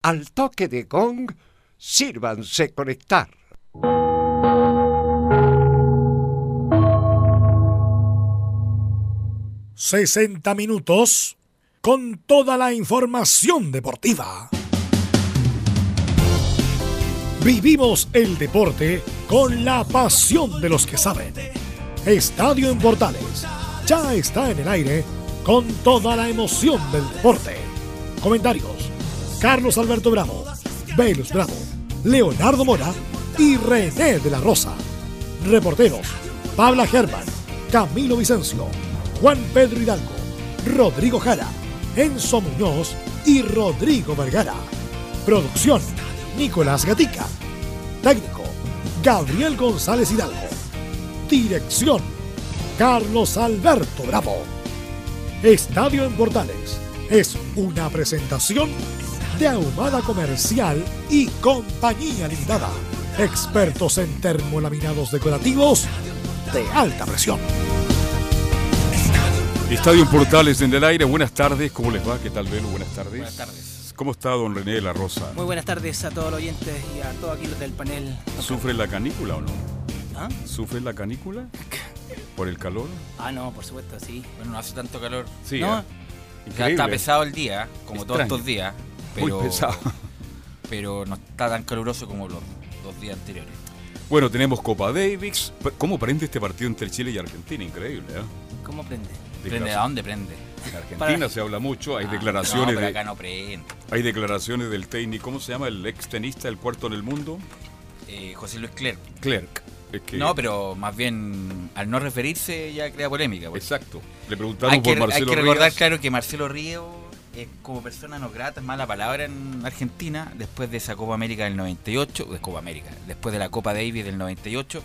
Al toque de gong, sírvanse conectar. ...60 minutos... con toda la información deportiva. Vivimos el deporte con la pasión de los que saben. Estadio en Portales ya está en el aire con toda la emoción del deporte. Comentarios: Carlos Alberto Bravo, Velus Bravo, Leonardo Mora y René de la Rosa. Reporteros: Pabla Germán, Camilo Vicencio, Juan Pedro Hidalgo, Rodrigo Jara, Enzo Muñoz y Rodrigo Vergara. Producción: Nicolás Gatica. Técnico: Gabriel González Hidalgo. Dirección: Carlos Alberto Bravo. Estadio en Portales es una presentación de Ahumada Comercial y Compañía Limitada. Expertos en termolaminados decorativos de alta presión. Estadio en Portales en el aire. Buenas tardes, ¿cómo les va? ¿Qué tal, Velo? Buenas tardes. Buenas tardes. ¿Cómo está don René de la Rosa? Muy buenas tardes a todos los oyentes y a todos aquí los del panel. ¿Sufre la canícula o no? ¿Ah? ¿Sufre la canícula? ¿Por el calor? Ah, no, por supuesto, sí. Bueno, no hace tanto calor. Sí, ¿No? Increíble. Está pesado el día, como Extraño. todos estos días. Pero, Muy pesado. Pero no está tan caluroso como los 2 días anteriores. Bueno, tenemos Copa Davis. ¿Cómo prende este partido entre Chile y Argentina? Increíble, ¿eh? ¿Cómo prende? ¿Prende a dónde prende? En Argentina se habla mucho, hay No, declaraciones pero acá no prende. hay declaraciones del técnico, ¿cómo se llama? El ex tenista, el cuarto en el mundo, José Luis Clerc. Clerc. Es que, No, pero más bien al no referirse ya crea polémica. Pues. exacto. Le preguntaron Hay que, por Marcelo hay que recordar, Ríos. claro, que Marcelo Ríos es como persona no grata, es mala palabra en Argentina, después de esa Copa América del 98, después de la Copa Davis del 98.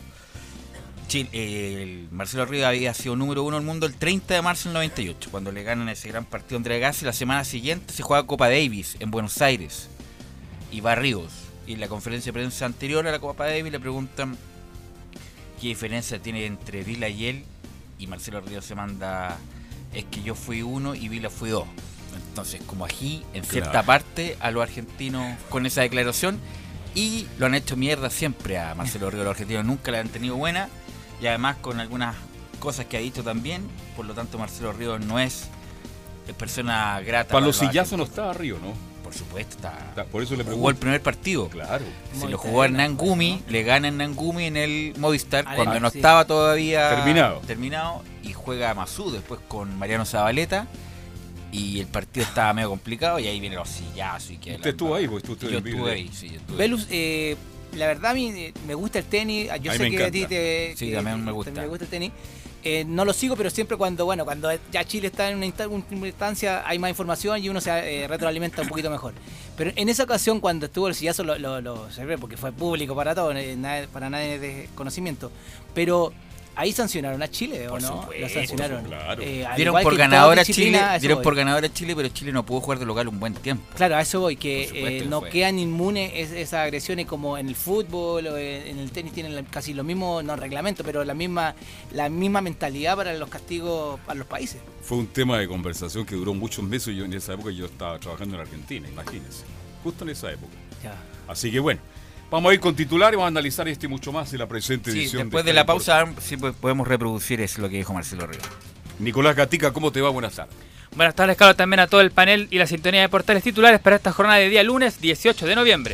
Marcelo Ríos había sido número 1 del mundo el 30 de marzo del 98, cuando le ganan ese gran partido entre Gassi. La semana siguiente se juega Copa Davis en Buenos Aires y va Ríos. Y en la conferencia de prensa anterior a la Copa Davis le preguntan qué diferencia tiene entre Vila y él, y Marcelo Ríos se manda: es que yo fui 1 y Vila fui 2. Entonces, como ají en cierta parte a los argentinos con esa declaración, y lo han hecho mierda siempre a Marcelo Ríos. Los argentinos nunca la han tenido buena, y además con algunas cosas que ha dicho también. Por lo tanto, Marcelo Ríos no es persona grata. Para los sillazos no estaba Río, ¿no? Por supuesto, Por eso le pregunto. jugó el primer partido. Claro. Se lo jugó a Hernán Gumi, le gana Hernán Gumi en el Movistar cuando no sí. estaba todavía terminado, y juega Masú después con Mariano Zabaleta, y el partido estaba medio complicado, y ahí vienen los sillazos. Usted estuvo ahí, porque yo estuve ahí, sí, yo estuve. Velus, la verdad a mí me gusta el tenis. Yo A mí sé me que a ti encanta. Sí, también me gusta. también me gusta el tenis. No lo sigo, pero siempre cuando ya Chile está en una instancia, hay más información y uno se retroalimenta un poquito mejor. Pero en esa ocasión, cuando estuvo el sillazo, lo observé porque fue público para todos, para nadie de conocimiento. Pero ahí sancionaron a Chile, ¿o Por no? supuesto, Lo sancionaron. claro. Al Dieron igual por que ganador toda a disciplina, Chile, a eso dieron voy. por ganador a Chile, pero Chile no pudo jugar de local un buen tiempo. Claro, a eso voy, Por que supuesto que no fue. quedan inmunes esas agresiones como en el fútbol o en el tenis. Tienen casi lo mismo, no reglamento, pero la misma mentalidad para los castigos a los países. Fue un tema de conversación que duró muchos meses. Yo en esa época yo estaba trabajando en Argentina, imagínense. Justo en esa época. Ya. Así que bueno, vamos a ir con titulares, vamos a analizar este y mucho más en la presente Sí, edición. después de la pausa sí podemos reproducir eso, lo que dijo Marcelo Ríos. Nicolás Gatica, ¿cómo te va? Buenas tardes. Buenas tardes, Carlos, también a todo el panel y la sintonía de Portales Titulares para esta jornada de día lunes 18 de noviembre.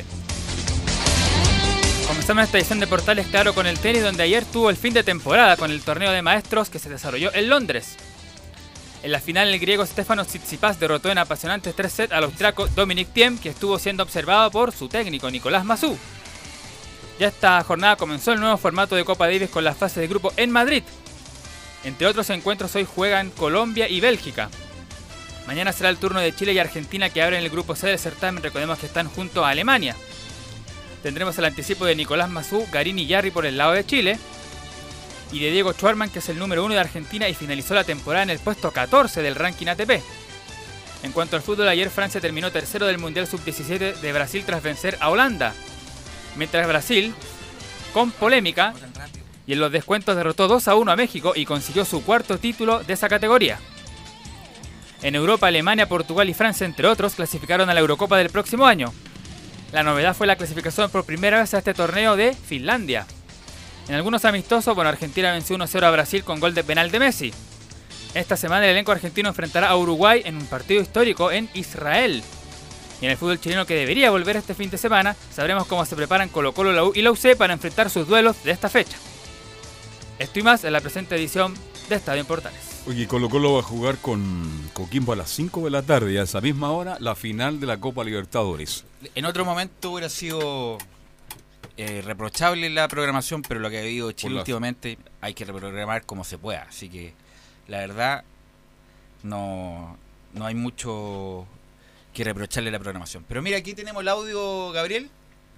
Comenzamos esta edición de Portales, claro, con el tenis, donde ayer tuvo el fin de temporada con el torneo de maestros que se desarrolló en Londres. En la final, el griego Stefanos Tsitsipas derrotó en apasionantes 3 sets al austriaco Dominic Thiem, que estuvo siendo observado por su técnico Nicolás Masú. Ya esta jornada comenzó el nuevo formato de Copa Davis con las fases de grupo en Madrid. Entre otros encuentros, hoy juegan Colombia y Bélgica. Mañana será el turno de Chile y Argentina, que abren el grupo C del certamen. Recordemos que están junto a Alemania. Tendremos el anticipo de Nicolás Masú, Garín y Yarri por el lado de Chile, y de Diego Schwarman, que es el número 1 de Argentina y finalizó la temporada en el puesto 14 del ranking ATP. En cuanto al fútbol, ayer Francia terminó tercero del Mundial Sub-17 de Brasil tras vencer a Holanda. Mientras Brasil, con polémica, y en los descuentos derrotó 2-1 a México y consiguió su cuarto título de esa categoría. En Europa, Alemania, Portugal y Francia, entre otros, clasificaron a la Eurocopa del próximo año. La novedad fue la clasificación por primera vez a este torneo de Finlandia. En algunos amistosos, Argentina venció 1-0 a Brasil con gol de penal de Messi. Esta semana el elenco argentino enfrentará a Uruguay en un partido histórico en Israel. Y en el fútbol chileno, que debería volver este fin de semana, sabremos cómo se preparan Colo-Colo, la U y la UC para enfrentar sus duelos de esta fecha. Esto y más en la presente edición de Estadio en Portales. Oye, Colo-Colo va a jugar con Coquimbo a las 5 de la tarde y a esa misma hora la final de la Copa Libertadores. En otro momento hubiera sido reprochable la programación, pero lo que ha habido Chile últimamente hay que reprogramar como se pueda. Así que la verdad no hay mucho que reprocharle la programación. Pero mira, aquí tenemos el audio, Gabriel,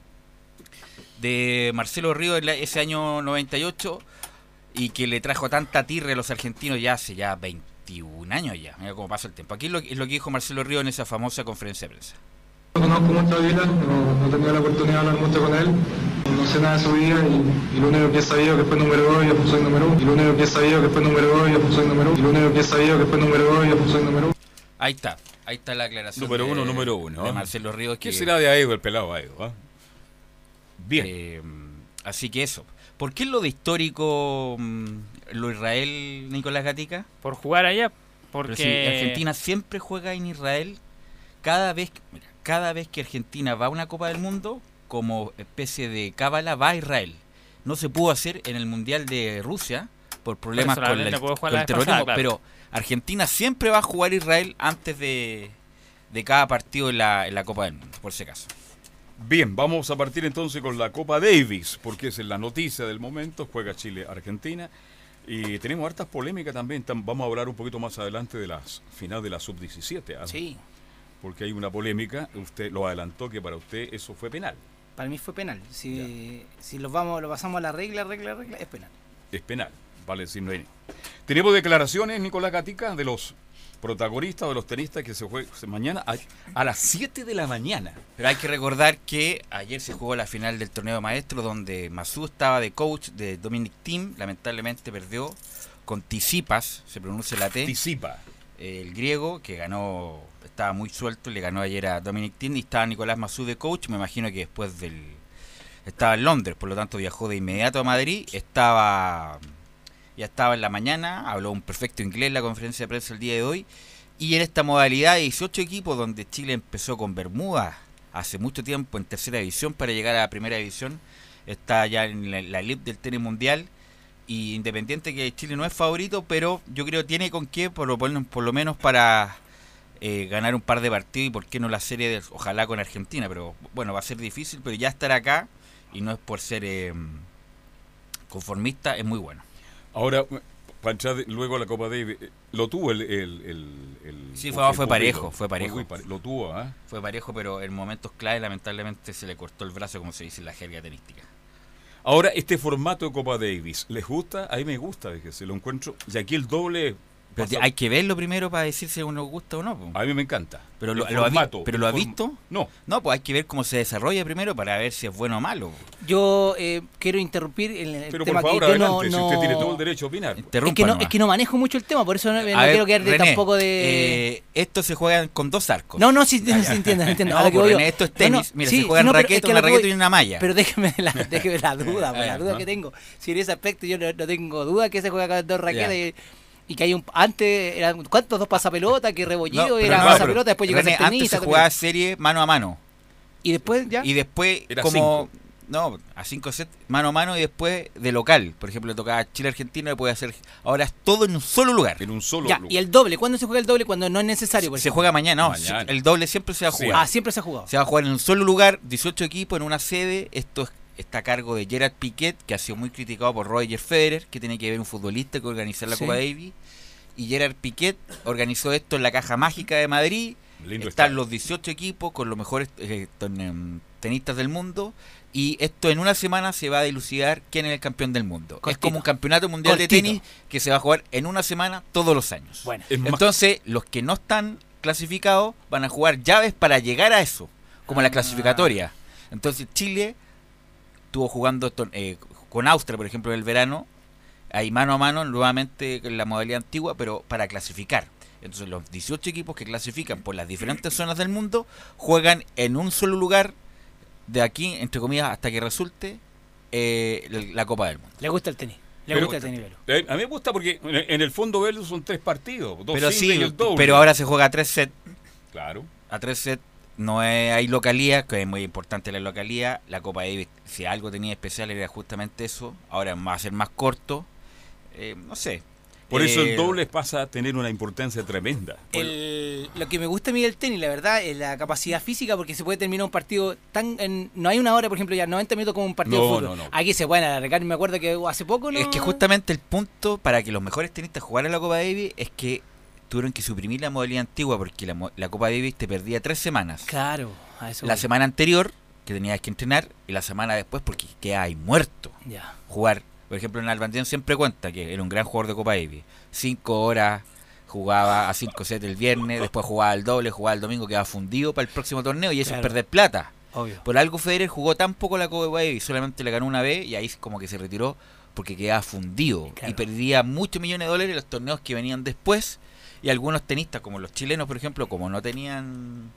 de Marcelo Ríos ese año 98 y que le trajo tanta tirre a los argentinos ya hace 21 años ya. Mira cómo pasa el tiempo. Aquí es lo que dijo Marcelo Ríos en esa famosa conferencia de prensa. No conozco mucho a Vila, no he tenido la oportunidad de hablar mucho con él, no sé nada de su vida y lo único que he sabido que fue número 2 y después soy número 1. Y lo único que he sabido que fue número 2 y después soy número 1. Y lo único que he sabido que fue número 2 y después soy número 1. Ahí está la aclaración. Número uno. De Marcelo Ríos. ¿Qué será de Aedo, el pelado Aedo? Bien. Así que eso. ¿Por qué lo de histórico lo Israel, Nicolás Gatica? Por jugar allá, porque... Pero si Argentina siempre juega en Israel, cada vez que Argentina va a una Copa del Mundo, como especie de cábala, va a Israel. No se pudo hacer en el Mundial de Rusia por problemas con el terrorismo, claro. Pero Argentina siempre va a jugar Israel antes de cada partido en la Copa del Mundo, por si acaso. Bien, vamos a partir entonces con la Copa Davis, porque es la noticia del momento. Juega Chile-Argentina y tenemos hartas polémicas también. Vamos a hablar un poquito más adelante de las final de la Sub-17. Sí. Porque hay una polémica, usted lo adelantó, que para usted eso fue penal. Para mí fue penal. Si lo pasamos a la regla, es penal. Es penal, vale decir, no hay. Tenemos declaraciones, Nicolás Gatica, de los protagonistas, de los tenistas que se juegan mañana a las 7 de la mañana. Pero hay que recordar que ayer se jugó la final del torneo de maestros, donde Masú estaba de coach de Dominic Thiem. Lamentablemente perdió con Tsitsipas, se pronuncia la T. Tsitsipas. El griego, que ganó, estaba muy suelto, le ganó ayer a Dominic Thiem, y estaba Nicolás Masú de coach. Me imagino que después estaba en Londres, por lo tanto viajó de inmediato a Madrid. Ya estaba en la mañana, habló un perfecto inglés en la conferencia de prensa el día de hoy. Y en esta modalidad de 18 equipos, donde Chile empezó con Bermuda hace mucho tiempo en tercera división para llegar a la primera división, está ya en la elite del tenis mundial. Y independiente que Chile no es favorito, pero yo creo que tiene con qué, por lo menos para ganar un par de partidos, y por qué no la serie, ojalá con Argentina. Pero bueno, va a ser difícil, pero ya estar acá, y no es por ser conformista, es muy bueno. Ahora, Panchá, luego la Copa Davis, lo tuvo sí, fue parejo. Lo tuvo, ¿eh? Fue parejo, pero en momentos clave lamentablemente se le cortó el brazo, como se dice en la jerga tenística. Ahora, este formato de Copa Davis, ¿les gusta? A mí me gusta, fíjese, lo encuentro. Y aquí el doble... Pero hay que verlo primero para decir si uno gusta o no. Po. A mí me encanta. Pero ¿lo ha visto? No. No, pues hay que ver cómo se desarrolla primero para ver si es bueno o malo. Yo quiero interrumpir el pero tema, por favor, que yo adelante, si usted tiene todo el derecho a opinar. Es que no manejo mucho el tema, por eso no quiero quedar René, tampoco de... esto se juega con 2 arcos. No, sí entiendo. No, René, esto es tenis. Mira, se juega en raqueta, una raqueta y una malla. Pero déjeme la duda, la duda que tengo. Si en ese aspecto yo no tengo duda que se juega con 2 raquetas y que hay antes eran ¿cuántos? 2 pasapelotas, que Rebollido era pasapelota, después llegó a ser tenista. Antes se jugaba serie mano a mano. Y después ya. Y después era como 5. No, a 5 sets mano a mano, y después de local. Por ejemplo, le tocaba Chile-Argentina, le puede hacer. Ahora es todo en un solo lugar. En un solo lugar. Y el doble, ¿cuándo se juega el doble? Cuando no es necesario. Se juega mañana, mañana. El doble siempre se va a jugar. Siempre se ha jugado. Se va a jugar en un solo lugar, 18 equipos en una sede. Esto está a cargo de Gerard Piquet, que ha sido muy criticado por Roger Federer, que tiene que ver un futbolista que organizar la Copa Davis. Y Gerard Piquet organizó esto en la Caja Mágica de Madrid. Están los 18 equipos con los mejores tenistas del mundo. Y esto en una semana se va a dilucidar quién es el campeón del mundo. Es como un campeonato mundial de tenis que se va a jugar en una semana todos los años. Bueno, entonces, los que no están clasificados van a jugar llaves para llegar a eso, como la clasificatoria. Entonces, Chile estuvo jugando con Austria, por ejemplo, en el verano. Hay mano a mano, nuevamente en la modalidad antigua, pero para clasificar. Entonces los 18 equipos que clasifican por las diferentes zonas del mundo juegan en un solo lugar de aquí, entre comillas, hasta que resulte la Copa del Mundo. Le gusta el tenis. Pero, gusta el tenis, Velo. a mí me gusta porque en el fondo Velo son 3 partidos. 2 Pero singles y el doble. pero ahora se juega a 3 sets. Claro. A 3 sets no hay localía, que es muy importante la localía. La Copa Davis, si algo tenía especial, era justamente eso. Ahora va a ser más corto. No sé. Por eso el doble pasa a tener una importancia tremenda. Lo que me gusta a mí del tenis, la verdad, es la capacidad física, porque se puede terminar un partido no hay una hora, por ejemplo, ya 90 minutos como un partido de fútbol. No. Aquí se pueden alargar. Me acuerdo que hace poco, ¿no? Es que justamente el punto para que los mejores tenistas jugaran la Copa Davis es que tuvieron que suprimir la modalidad antigua, porque la Copa Davis te perdía 3 semanas. Claro, a eso La voy. semana anterior, que tenías que entrenar, y la semana después, porque quedabas muerto. Ya. Jugar. Por ejemplo, Nalbandian siempre cuenta que era un gran jugador de Copa Davis. 5 horas, jugaba a 5 sets el viernes, después jugaba al doble, jugaba el domingo, quedaba fundido para el próximo torneo, y eso Claro. es perder plata. Obvio. Por algo Federer jugó tan poco la Copa Davis, solamente le ganó una vez, y ahí como que se retiró porque quedaba fundido. Claro. Y perdía muchos millones de dólares en los torneos que venían después. Y algunos tenistas, como los chilenos, por ejemplo, como no tenían...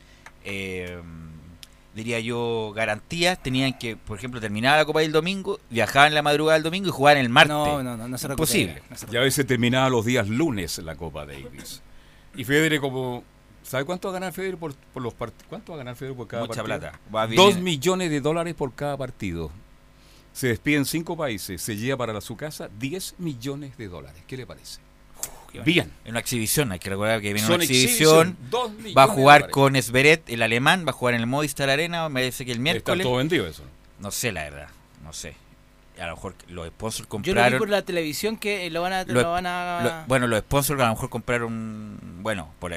diría yo, garantías, tenían que, por ejemplo, terminar la Copa del domingo, viajaban en la madrugada del domingo y jugaban el martes. No se Imposible. recupera, no se Y a veces terminaba los días lunes la Copa Davis. Y Federer como... ¿Sabe cuánto va a ganar Federer por los partidos? ¿Cuánto va a ganar Federer por cada Mucha partido? plata. Va a 2 venir- millones de dólares por cada partido. Se despiden 5 países, se lleva para su casa 10 millones de dólares. ¿Qué le parece? Bien. En una exhibición, hay que recordar que viene Son una exhibición. 2 millones Va a de jugar dólares. con Zverev, el alemán, va a jugar en el Movistar Arena, me parece que el Está miércoles. todo vendido eso. No sé, la verdad, no sé. A lo mejor los sponsors Yo lo vi compraron... por la televisión que lo van a... bueno, los sponsors a lo mejor compraron, bueno, por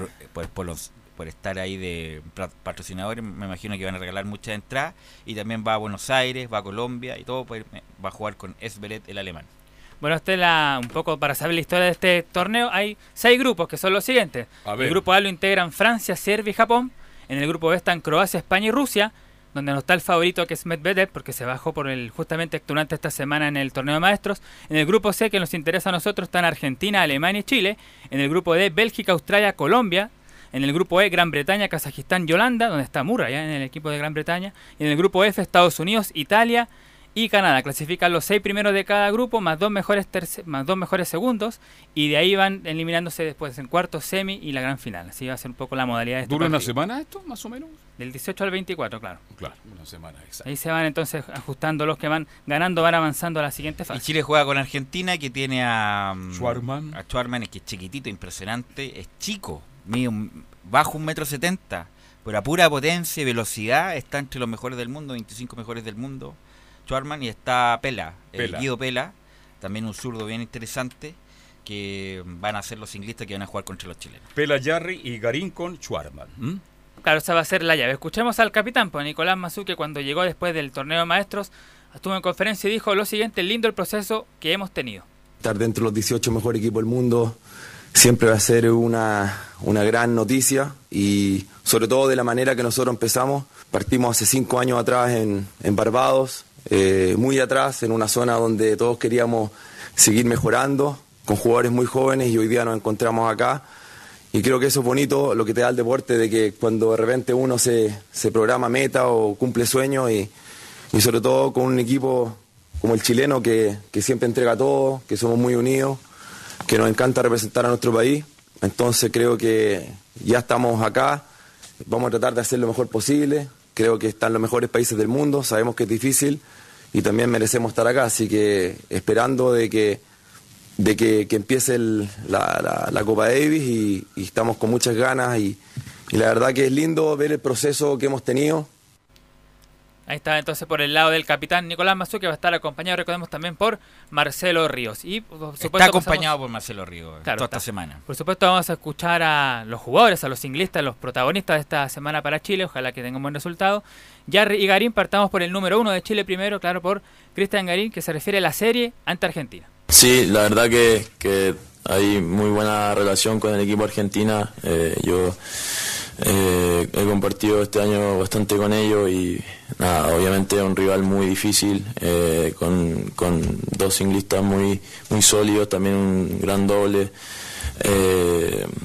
estar ahí de patrocinadores, me imagino que van a regalar muchas entradas, y también va a Buenos Aires, va a Colombia y todo, pues, va a jugar con Zverev, el alemán. Bueno, un poco para saber la historia de este torneo, hay 6 grupos que son los siguientes. A ver. El grupo A lo integran Francia, Serbia y Japón. En el grupo B están Croacia, España y Rusia, donde no está el favorito, que es Medvedev, porque se bajó por justamente durante esta semana en el torneo de maestros. En el grupo C, que nos interesa a nosotros, están Argentina, Alemania y Chile. En el grupo D, Bélgica, Australia, Colombia. En el grupo E, Gran Bretaña, Kazajistán y Holanda, donde está Murray, en el equipo de Gran Bretaña. Y en el grupo F, Estados Unidos, Italia y Canadá. Clasifican los 6 primeros de cada grupo, más 2 mejores segundos, y de ahí van eliminándose después en cuartos, semi y la gran final. Así va a ser un poco la modalidad de este ¿Dura una partido. semana esto, más o menos? Del 18 al 24, claro. Claro, una semana, exacto. Ahí se van entonces ajustando los que van ganando, van avanzando a la siguiente Y fase. Chile juega con Argentina, que tiene a Schwarman. A Schwarman, que es chiquitito, impresionante, es chico, mide bajo 1,70 m, pero a pura potencia y velocidad está entre los mejores del mundo, 25 mejores del mundo, Schwarman. Y está Pela, Guido Pela, también un zurdo bien interesante, que van a ser los singlistas que van a jugar contra los chilenos. Pela, Jarry y Garín con Schwarman. Claro, esa va a ser la llave. Escuchemos al capitán, pues Nicolás Mazú, que cuando llegó después del torneo de maestros, estuvo en conferencia y dijo lo siguiente: lindo el proceso que hemos tenido. Estar dentro de los 18 mejores equipos del mundo siempre va a ser una gran noticia, y sobre todo de la manera que nosotros empezamos. Partimos hace 5 años atrás en Barbados, muy atrás, en una zona donde todos queríamos seguir mejorando, con jugadores muy jóvenes, y hoy día nos encontramos acá. Y creo que eso es bonito, lo que te da el deporte, de que cuando de repente uno se programa meta o cumple sueños, y sobre todo con un equipo como el chileno que siempre entrega todo, que somos muy unidos, que nos encanta representar a nuestro país. Entonces creo que ya estamos acá, vamos a tratar de hacer lo mejor posible. Creo que están los mejores países del mundo, sabemos que es difícil y también merecemos estar acá, así que esperando de que empiece la Copa Davis, y estamos con muchas ganas, y la verdad que es lindo ver el proceso que hemos tenido. Ahí está entonces por el lado del capitán Nicolás Mazú, que va a estar acompañado, recordemos, también por Marcelo Ríos. Y por supuesto, Está acompañado por Marcelo Ríos Claro, toda está. esta semana. Por supuesto, vamos a escuchar a los jugadores, a los singlistas, los protagonistas de esta semana para Chile. Ojalá que tengan un buen resultado. Jarry y Garín, partamos por el número 1 de Chile primero, claro, por Cristian Garín, que se refiere a la serie ante Argentina. Sí, la verdad que hay muy buena relación con el equipo Argentina. Yo he compartido este año bastante con ellos, y nada, obviamente es un rival muy difícil, con 2 singlistas muy sólidos, también un gran doble.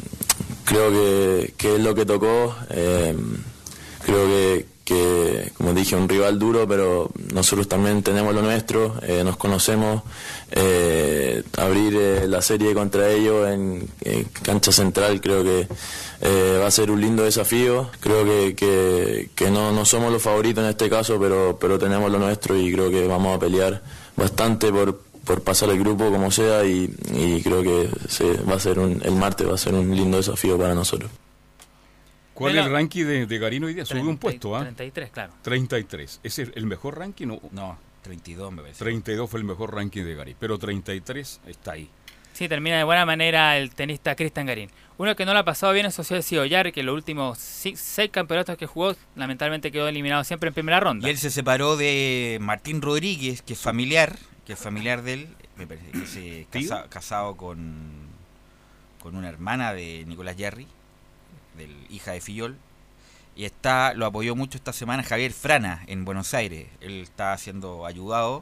Creo que es lo que tocó. Creo que como dije, un rival duro, pero nosotros también tenemos lo nuestro, nos conocemos. Abrir la serie contra ellos en cancha central creo que va a ser un lindo desafío. Creo que no somos los favoritos en este caso, pero tenemos lo nuestro y creo que vamos a pelear bastante por pasar el grupo como sea y creo que va a ser el martes va a ser un lindo desafío para nosotros. ¿Cuál es el ranking de Garín hoy día? Subió un puesto, ¿ah? 33, claro. 33. ¿Ese es el mejor ranking? No, 32 me parece. 32 fue el mejor ranking de Garín, pero 33 está ahí. Sí, termina de buena manera el tenista Cristian Garín. Uno que no lo ha pasado bien es José Silloyar, que los últimos 6 campeonatos que jugó, lamentablemente quedó eliminado siempre en primera ronda. Y él se separó de Martín Rodríguez, que es familiar de él, me parece que se casado con una hermana de Nicolás Yarri, hija de Fillol, y lo apoyó mucho esta semana Javier Frana en Buenos Aires. Él está siendo ayudado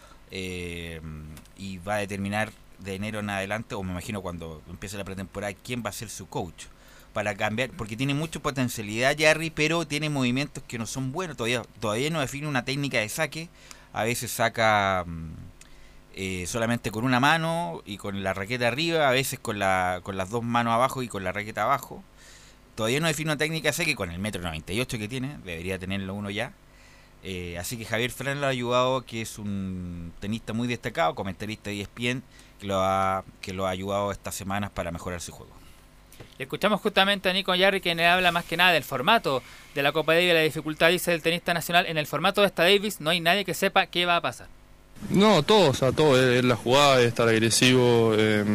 y va a determinar de enero en adelante, o me imagino cuando empiece la pretemporada, quién va a ser su coach para cambiar, porque tiene mucha potencialidad Yarri, pero tiene movimientos que no son buenos, todavía no define una técnica de saque. A veces saca solamente con una mano y con la raqueta arriba, a veces con las dos manos abajo y con la raqueta abajo. Todavía no define una técnica de saque con el 1,98 m que tiene, debería tenerlo uno ya. Así que Javier Fran lo ha ayudado, que es un tenista muy destacado, comentarista de ESPN, que lo ha ayudado estas semanas para mejorar su juego. Y escuchamos justamente a Nico Yarri, quien habla más que nada del formato de la Copa Davis, la dificultad, dice el tenista nacional. En el formato de esta Davis no hay nadie que sepa qué va a pasar. No, todos, es la jugada, es estar agresivo,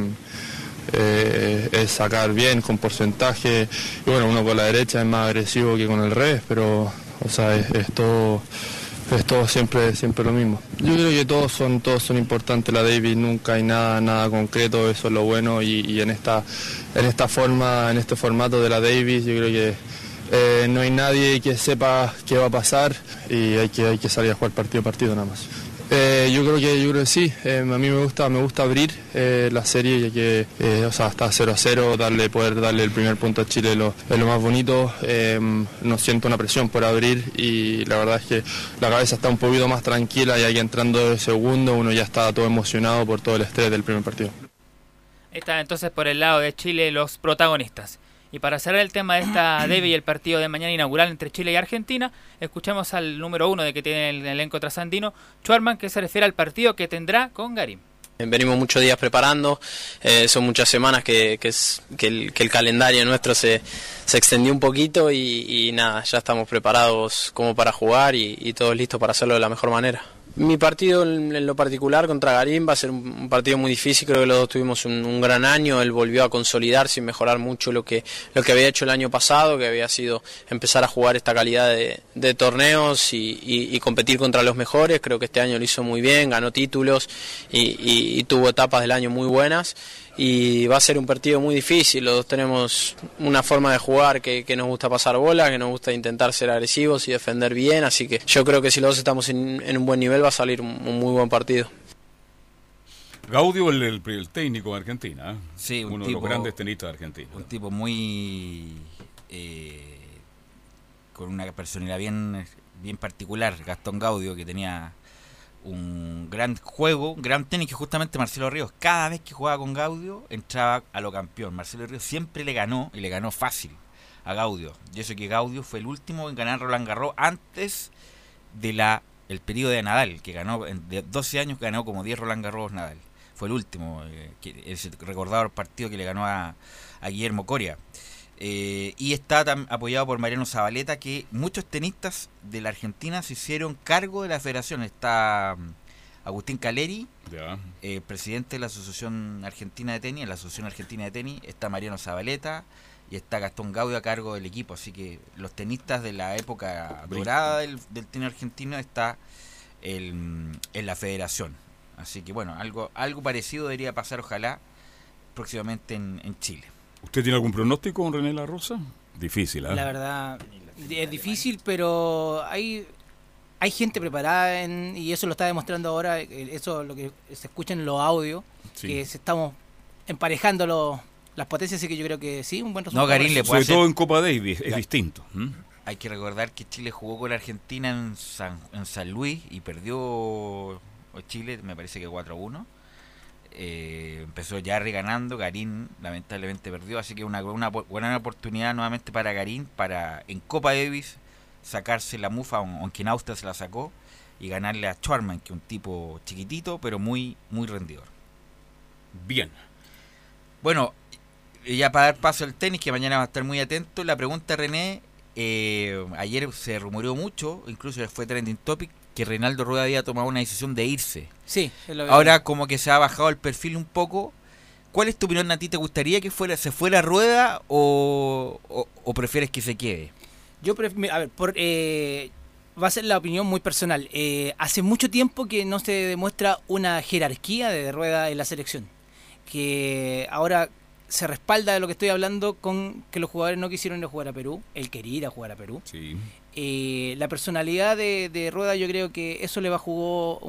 es sacar bien con porcentaje. Y bueno, uno con la derecha es más agresivo que con el revés, pero o sea, es todo siempre lo mismo. Yo creo que todos son importantes la Davis, nunca hay nada concreto, eso es lo bueno, y en este formato de la Davis yo creo que no hay nadie que sepa qué va a pasar y hay que salir a jugar partido a partido nada más. Yo creo que sí, a mí me gusta abrir la serie, ya que hasta 0-0, poder darle el primer punto a Chile es lo más bonito. No siento una presión por abrir y la verdad es que la cabeza está un poquito más tranquila, ya que entrando de segundo uno ya está todo emocionado por todo el estrés del primer partido. Están entonces por el lado de Chile los protagonistas. Y para cerrar el tema de esta Davis y el partido de mañana inaugural entre Chile y Argentina, escuchemos al número 1 de que tiene el elenco trasandino, Schwarman, que se refiere al partido que tendrá con Garín. Venimos muchos días preparando, son muchas semanas que el calendario nuestro se extendió un poquito y nada, ya estamos preparados como para jugar y todos listos para hacerlo de la mejor manera. Mi partido en lo particular contra Garín va a ser un partido muy difícil, creo que los dos tuvimos un gran año, él volvió a consolidarse y mejorar mucho lo que había hecho el año pasado, que había sido empezar a jugar esta calidad de torneos y competir contra los mejores. Creo que este año lo hizo muy bien, ganó títulos y tuvo etapas del año muy buenas. Y va a ser un partido muy difícil, los dos tenemos una forma de jugar que nos gusta pasar bola, que nos gusta intentar ser agresivos y defender bien, así que yo creo que si los dos estamos en un buen nivel va a salir un muy buen partido. Gaudio, el técnico de Argentina, sí, uno de los grandes tenistas de Argentina. Un tipo muy con una personalidad bien particular, Gastón Gaudio, que tenía un gran juego, un gran tenis, que justamente Marcelo Ríos, cada vez que jugaba con Gaudio, entraba a lo campeón. Marcelo Ríos siempre le ganó, y le ganó fácil a Gaudio. Yo sé que Gaudio fue el último en ganar Roland Garros antes de el periodo de Nadal, que ganó, de 12 años ganó como 10 Roland Garros Nadal. Fue el último, ese recordado partido que le ganó a Guillermo Coria. Y está apoyado por Mariano Zabaleta, que muchos tenistas de la Argentina se hicieron cargo de la federación. Está Agustín Caleri, presidente de la Asociación Argentina de Tenis, está Mariano Zabaleta y está Gastón Gaudio a cargo del equipo. Así que los tenistas de la época dorada del tenis argentino está en la federación. Así que bueno, algo parecido debería pasar, ojalá, próximamente en Chile. ¿Usted tiene algún pronóstico con René La Rosa? Difícil, ¿eh? La verdad, es difícil, pero hay gente preparada y eso lo está demostrando ahora, eso lo que se escucha en los audios, sí, que estamos emparejando las potencias, así que yo creo que sí, un buen resultado. No, Garín le Sobre puede todo en Copa Davis, es distinto. hay que recordar que Chile jugó con Argentina en San Luis y perdió Chile, me parece que 4-1. Empezó Jarry ganando, Garín lamentablemente perdió, así que una buena oportunidad nuevamente para Garín para en Copa Davis sacarse la mufa, aunque en Austria se la sacó, y ganarle a Schwarman, que es un tipo chiquitito pero muy muy rendidor. Bien. Bueno, ya para dar paso al tenis, que mañana va a estar muy atento, la pregunta, René, ayer se rumoreó mucho, incluso fue trending topic, que Reinaldo Rueda había tomado una decisión de irse. Sí, ahora como que se ha bajado el perfil un poco. ¿Cuál es tu opinión? ¿A ti te gustaría que se fuera Rueda o prefieres que se quede? Yo va a ser la opinión muy personal. Hace mucho tiempo que no se demuestra una jerarquía de Rueda en la selección. Que ahora se respalda de lo que estoy hablando con que los jugadores no quisieron ir a jugar a Perú. Él quería ir a jugar a Perú. Sí. La personalidad de Rueda, yo creo que eso le jugó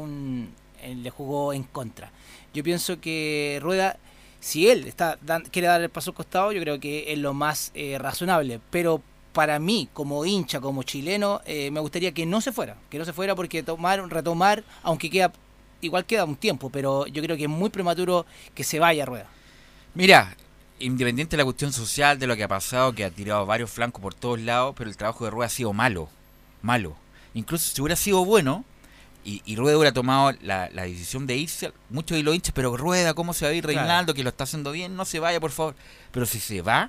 en contra. Yo pienso que Rueda, si él quiere dar el paso al costado, yo creo que es lo más razonable. Pero para mí, como hincha, como chileno, me gustaría que no se fuera porque retomar, aunque igual queda un tiempo, pero yo creo que es muy prematuro que se vaya Rueda. Mira, independiente de la cuestión social, de lo que ha pasado, que ha tirado varios flancos por todos lados, pero el trabajo de Rueda ha sido malo. Incluso si hubiera sido bueno y Rueda hubiera tomado la decisión de irse, muchos de los hinchas, pero Rueda, ¿cómo se va a ir Reinaldo? Claro. Que lo está haciendo bien, no se vaya, por favor. Pero si se va,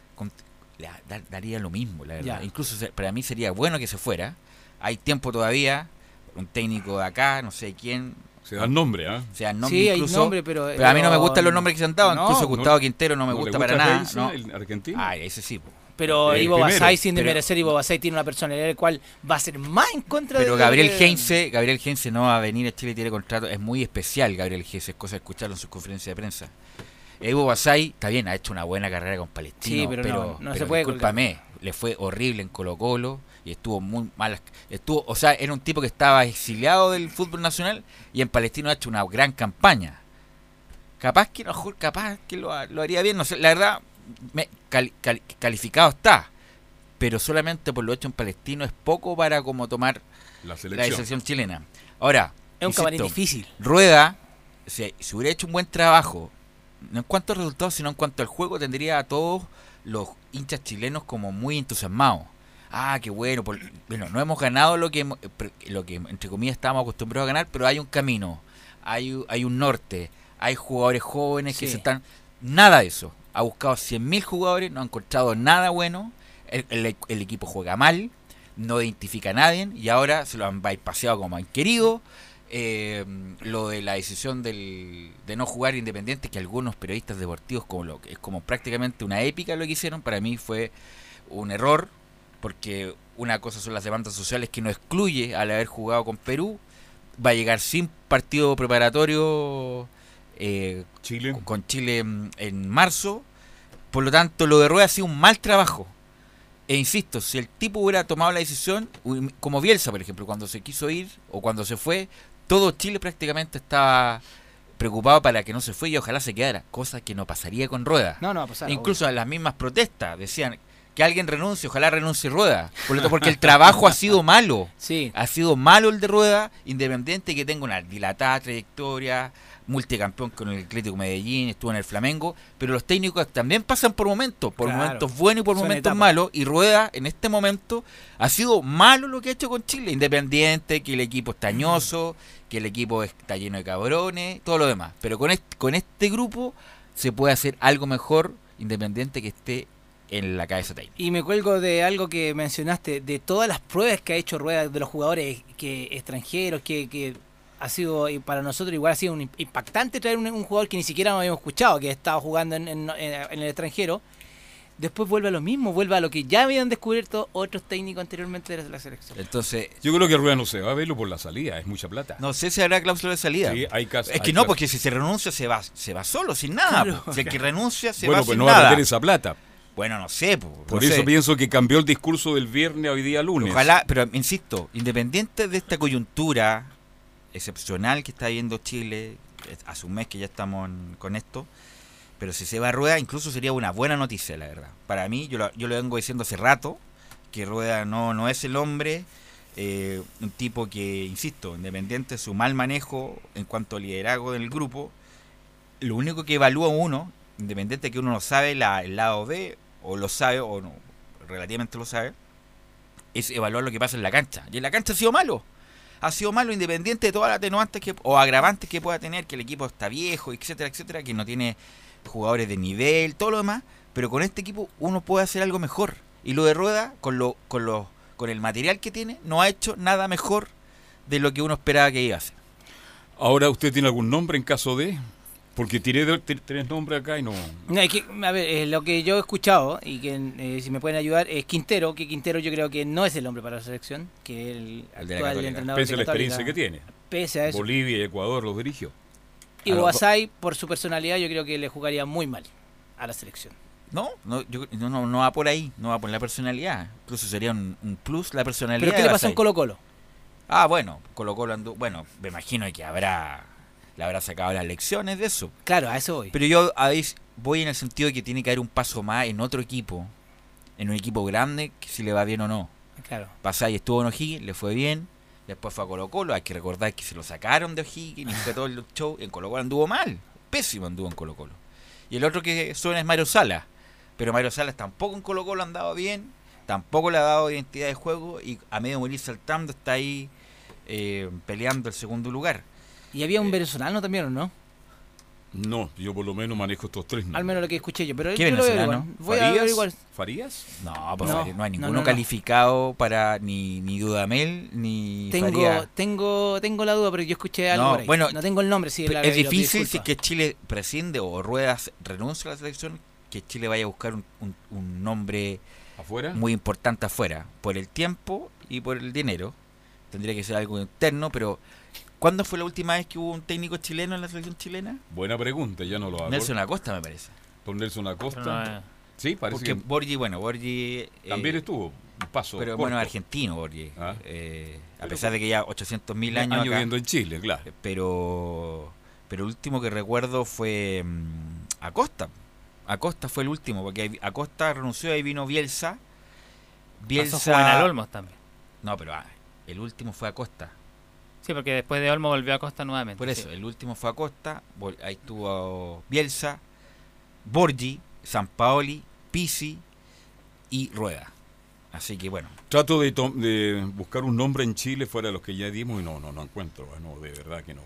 daría lo mismo, la verdad. Ya. Incluso para mí sería bueno que se fuera. Hay tiempo todavía, un técnico de acá, no sé quién. Se da el nombre, ¿eh? Se da el nombre, sí, incluso, hay nombre, pero a mí no me gustan los nombres que se han dado. Incluso Gustavo Quintero no me gusta para nada. Heinze, ¿no? ¿El argentino? Ah, ese sí. Pero Ivo Basay, sin desmerecer, Ivo Basay tiene una personalidad el cual va a ser más en contra pero de... Pero Gabriel Heinze no va a venir a Chile, tiene contrato. Es muy especial Gabriel Heinze, es cosa de escucharlo en sus conferencias de prensa. Ivo Basay, está bien, ha hecho una buena carrera con Palestino, sí, pero no se puede discúlpame, le fue horrible en Colo-Colo y estuvo muy mal. O sea, era un tipo que estaba exiliado del fútbol nacional y en Palestino ha hecho una gran campaña. Capaz que lo haría bien, no sé, la verdad, calificado está, pero solamente por lo hecho en Palestino es poco para como tomar la selección chilena. Ahora, es un camarín difícil. Rueda, si hubiera hecho un buen trabajo, no en cuanto a resultados, sino en cuanto al juego, tendría a todos los hinchas chilenos como muy entusiasmados. Ah, qué bueno, no hemos ganado lo que entre comillas estábamos acostumbrados a ganar, pero hay un camino, hay un norte, hay jugadores jóvenes que se están... Nada de eso. Ha buscado 100.000 jugadores, no ha encontrado nada bueno, el equipo juega mal, no identifica a nadie y ahora se lo han bypaseado como han querido. Lo de la decisión de no jugar Independiente, que algunos periodistas deportivos es como prácticamente una épica lo que hicieron, para mí fue un error, porque una cosa son las demandas sociales que no excluye al haber jugado con Perú. Va a llegar sin partido preparatorio con Chile en marzo, por lo tanto lo de Rueda ha sido un mal trabajo. E insisto, si el tipo hubiera tomado la decisión, como Bielsa por ejemplo, cuando se quiso ir o cuando se fue, todo Chile prácticamente estaba preocupado para que no se fuera y ojalá se quedara, cosa que no pasaría con Rueda. No va a pasar. Incluso en las mismas protestas decían que alguien renuncie, ojalá renuncie Rueda, porque el trabajo ha sido malo. Sí. Ha sido malo el de Rueda, Independiente que tenga una dilatada trayectoria, multicampeón con el Atlético Medellín, estuvo en el Flamengo, pero los técnicos también pasan por momentos, momentos buenos y por momentos malos, y Rueda en este momento ha sido malo lo que ha hecho con Chile, Independiente, que el equipo está añoso, que el equipo está lleno de cabrones, todo lo demás, pero con este grupo se puede hacer algo mejor, Independiente que esté en la cabeza técnica. Y me cuelgo de algo que mencionaste, de todas las pruebas que ha hecho Rueda de los jugadores extranjeros, que ha sido, y para nosotros igual ha sido impactante traer un jugador que ni siquiera habíamos escuchado, que estaba jugando en el extranjero. Después vuelve a lo mismo, vuelve a lo que ya habían descubierto otros técnicos anteriormente de la selección. Entonces, yo creo que Rueda no se va a verlo por la salida, es mucha plata. No sé si habrá cláusula de salida. Sí, hay casos. Es que no, porque si se renuncia se va solo, sin nada. Claro. Si el que renuncia se va sin nada. Bueno, pues no va a perder esa plata. Bueno, no sé. Por eso pienso que cambió el discurso del viernes a hoy día lunes. Ojalá, pero insisto, independiente de esta coyuntura excepcional que está viviendo Chile, hace un mes que ya estamos con esto, pero si se va a Rueda, incluso sería una buena noticia, la verdad. Para mí, yo lo vengo diciendo hace rato, que Rueda no es el hombre, un tipo que, insisto, independiente de su mal manejo en cuanto al liderazgo del grupo, lo único que evalúa uno, independiente de que uno no sabe el lado B, o lo sabe, o no, relativamente lo sabe, es evaluar lo que pasa en la cancha. Y en la cancha ha sido malo independiente de todas las atenuantes o agravantes que pueda tener, que el equipo está viejo, etcétera, etcétera, que no tiene jugadores de nivel, todo lo demás, pero con este equipo uno puede hacer algo mejor. Y lo de Rueda, con el material que tiene, no ha hecho nada mejor de lo que uno esperaba que iba a hacer. Ahora, ¿usted tiene algún nombre en caso de...? Porque tiré tres nombres acá y no... No, es que, a ver, lo que yo he escuchado, y que si me pueden ayudar, es Quintero, que Quintero yo creo que no es el hombre para la selección, que el actual entrenador pese a la experiencia que tiene. Pese a eso. Bolivia y Ecuador los dirigió. Y Guasay, por su personalidad, yo creo que le jugaría muy mal a la selección. No va por ahí, no va por la personalidad. Incluso sería un plus la personalidad. ¿Pero qué le pasó en Colo-Colo? Bueno, Colo-Colo andó... Bueno, me imagino que le habrá sacado las lecciones de eso. Claro, a eso voy. Pero yo voy en el sentido de que tiene que haber un paso más en otro equipo, en un equipo grande, que si le va bien o no. Claro. Pasay estuvo en O'Higgins, le fue bien, después fue a Colo-Colo, hay que recordar que se lo sacaron de O'Higgins y fue todo el show, en Colo-Colo anduvo mal, pésimo anduvo en Colo-Colo. Y el otro que suena es Mario Salas, pero Mario Salas tampoco en Colo-Colo andaba bien, tampoco le ha dado identidad de juego y a medio morir saltando está ahí peleando el segundo lugar. Y había un venezolano también, ¿o no? No, yo por lo menos manejo estos tres nombres. Al menos lo que escuché yo, pero ¿qué venezolano? Voy a averiguar. ¿Farías? No, pues no hay ninguno calificado para ni Dudamel ni Farías. Tengo la duda, pero yo escuché algo por ahí. Bueno, no tengo el nombre. Sí, es difícil si es que Chile prescinde o Ruedas renuncia a la selección, que Chile vaya a buscar un nombre ¿afuera? Muy importante afuera, por el tiempo y por el dinero. Tendría que ser algo interno, pero... ¿Cuándo fue la última vez que hubo un técnico chileno en la selección chilena? Buena pregunta, ya no lo hago. Nelson Acosta, me parece. Por Nelson Acosta. Sí, parece porque que... Borgi... también estuvo un paso pero corto. bueno, argentino Borgi. A pesar de que ya 800.000 años acá, viviendo en Chile, claro. Pero el último que recuerdo fue Acosta. Acosta fue el último, porque Acosta renunció y vino Bielsa. Pasó a jugar al Olmos también. No, pero el último fue Acosta. Sí, porque después de Olmo volvió a Costa nuevamente. Por eso, sí. El último fue Acosta, ahí estuvo Bielsa, Borgi, Sampaoli, Pizzi y Rueda. Así que bueno. Trato de buscar un nombre en Chile fuera de los que ya dimos y no encuentro. No, de verdad que no.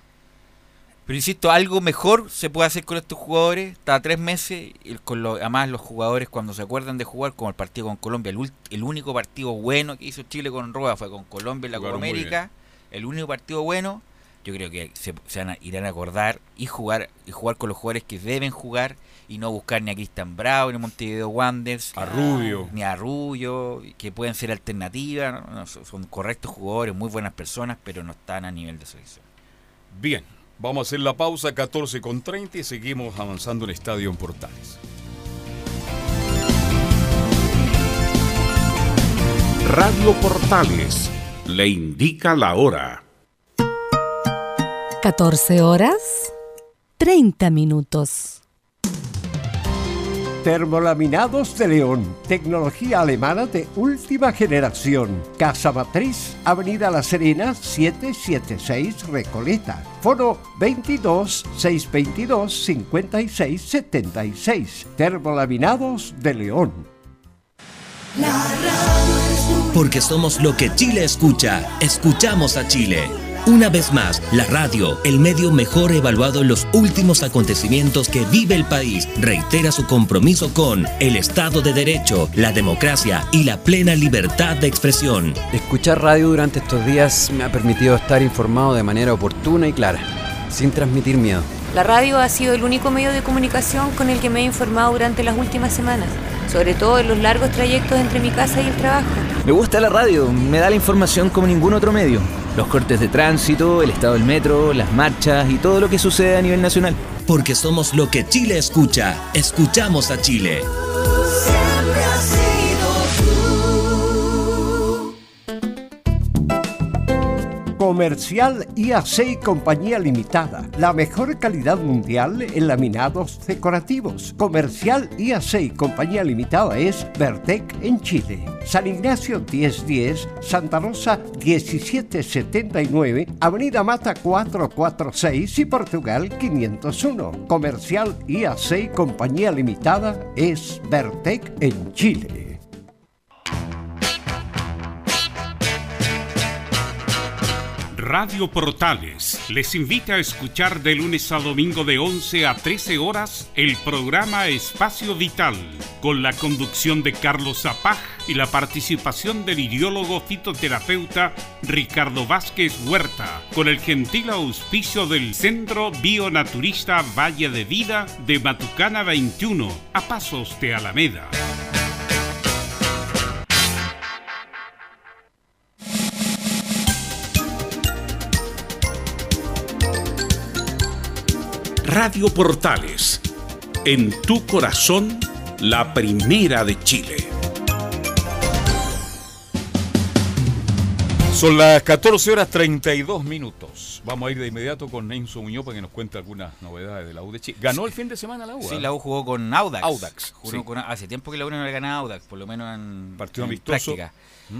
Pero insisto, algo mejor se puede hacer con estos jugadores. Está 3 meses, además los jugadores cuando se acuerdan de jugar, como el partido con Colombia, el único partido bueno que hizo Chile con Rueda fue con Colombia en la Copa América. El único partido bueno, yo creo que irán a acordar y jugar con los jugadores que deben jugar y no buscar ni a Cristian Bravo, ni a Montevideo Wanderers, ni a Rubio, que pueden ser alternativas. No, son correctos jugadores, muy buenas personas, pero no están a nivel de selección. Bien, vamos a hacer la pausa, 14:30, y seguimos avanzando en Estadio en Portales. Radio Portales le indica la hora. 14:30. Termolaminados de León, tecnología alemana de última generación. Casa Matriz, Avenida La Serena, 776 Recoleta. Foro 22 622 5676. Termolaminados de León. Porque somos lo que Chile escucha. Escuchamos a Chile. Una vez más, la radio, el medio mejor evaluado en los últimos acontecimientos que vive el país, reitera su compromiso con el Estado de Derecho, la democracia y la plena libertad de expresión. Escuchar radio durante estos días me ha permitido estar informado de manera oportuna y clara, sin transmitir miedo. La radio ha sido el único medio de comunicación con el que me he informado durante las últimas semanas, sobre todo en los largos trayectos entre mi casa y el trabajo. Me gusta la radio, me da la información como ningún otro medio. Los cortes de tránsito, el estado del metro, las marchas y todo lo que sucede a nivel nacional. Porque somos lo que Chile escucha. Escuchamos a Chile. Siempre has sido tú. Comercial IAC y Compañía Limitada, la mejor calidad mundial en laminados decorativos. Comercial IAC y Compañía Limitada es Vertec en Chile. San Ignacio 1010, Santa Rosa 1779, Avenida Mata 446 y Portugal 501. Comercial IAC y Compañía Limitada es Vertec en Chile. Radio Portales les invita a escuchar de lunes a domingo de 11 a 13 horas el programa Espacio Vital, con la conducción de Carlos Zapaj y la participación del idiólogo fitoterapeuta Ricardo Vázquez Huerta, con el gentil auspicio del Centro Bionaturista Valle de Vida de Matucana 21, a pasos de Alameda. Radio Portales, en tu corazón, la primera de Chile. Son las 14 horas 32 minutos. Vamos a ir de inmediato con Enzo Muñoz para que nos cuente algunas novedades de la U de Chile. ¿Ganó el fin de semana la U? Sí, la U jugó con Audax. Sí. Hace tiempo que la U no le ganaba a Audax, por lo menos en partido amistoso. Práctica.